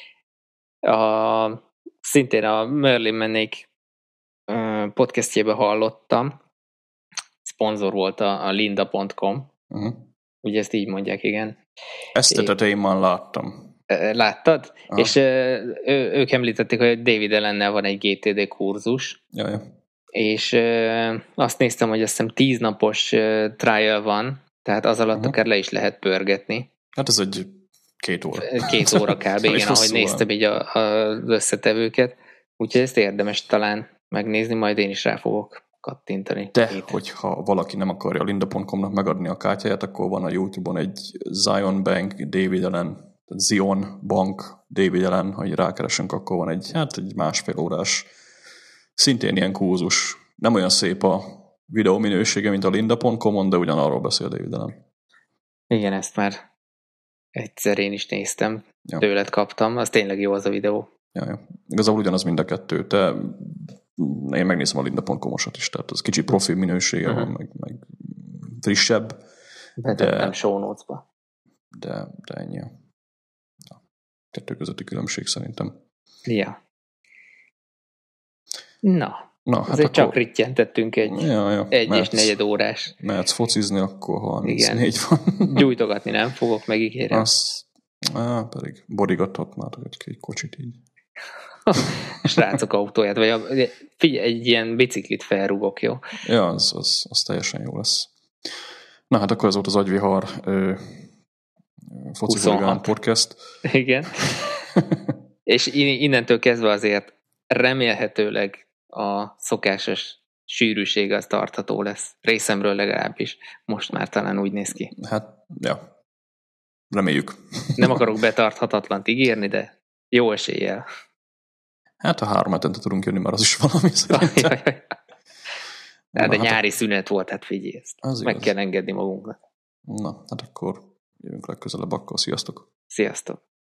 A Szintén a Merlin Mennék podcastjében hallottam, szponzor volt a, a linda pont com, uh-huh. ugye ezt így mondják, igen. Ezt a én már láttam. Láttad? Aha. És ő, ők említették, hogy David Allennel van egy G T D kurzus, Jaj. és azt néztem, hogy azt hiszem tíz napos trial van, tehát az alatt uh-huh. akár le is lehet pörgetni. Hát ez egy Két óra. Két óra kb. Igen, ahogy néztem így a, a, az összetevőket. Úgyhogy ezt érdemes talán megnézni, majd én is rá fogok kattintani. De, Itt. hogyha valaki nem akarja a linda pont com-nak megadni a kártyáját, akkor van a YouTube-on egy Zion Bank David Allen, Zion Bank David Allen, ha rákeresünk, akkor van egy, hát egy másfél órás, szintén ilyen kurzus. Nem olyan szép a videó minősége, mint a linda pont com-on, de ugyanarról beszél David Allen. Igen, ezt már egyszer én is néztem, ja. tőled kaptam, az tényleg jó az a videó. Ja, ja. Igazából ugyanaz mind a kettő, de én megnézem a linda pont com-osat is, tehát az kicsi profi minősége uh-huh. van, meg, meg frissebb. Betettem show notes-ba. De, de ennyi a kettő közötti különbség szerintem. Ja. Na, Na hát azért csak rittyentettünk egy ja, ja. egy mehetsz, és negyed órás. Mehetsz focizni, akkor harmincnégy van. Gyújtogatni nem fogok, megígérem. Azt, á, pedig borigathatnátok egy kocsit így. srácok autóját, vagy a, figyelj, egy ilyen biciklit felrúgok, jó? Ja, az, az, az teljesen jó lesz. Na hát akkor ez volt az Agyvihar Foci Huligán podcast. Igen. És innentől kezdve azért remélhetőleg a szokásos sűrűség az tartható lesz. Részemről legalábbis. Most már talán úgy néz ki. Hát, ja. Reméljük. Nem akarok betarthatatlant ígérni, de jó eséllyel. Hát ha három hetente tudunk jönni, már az is valami szerintem. De, de nyári szünet volt, hát figyelj ezt. Meg igaz. Kell engedni magunknak. Na, hát akkor jövünk legközelebb, akkor sziasztok. Sziasztok.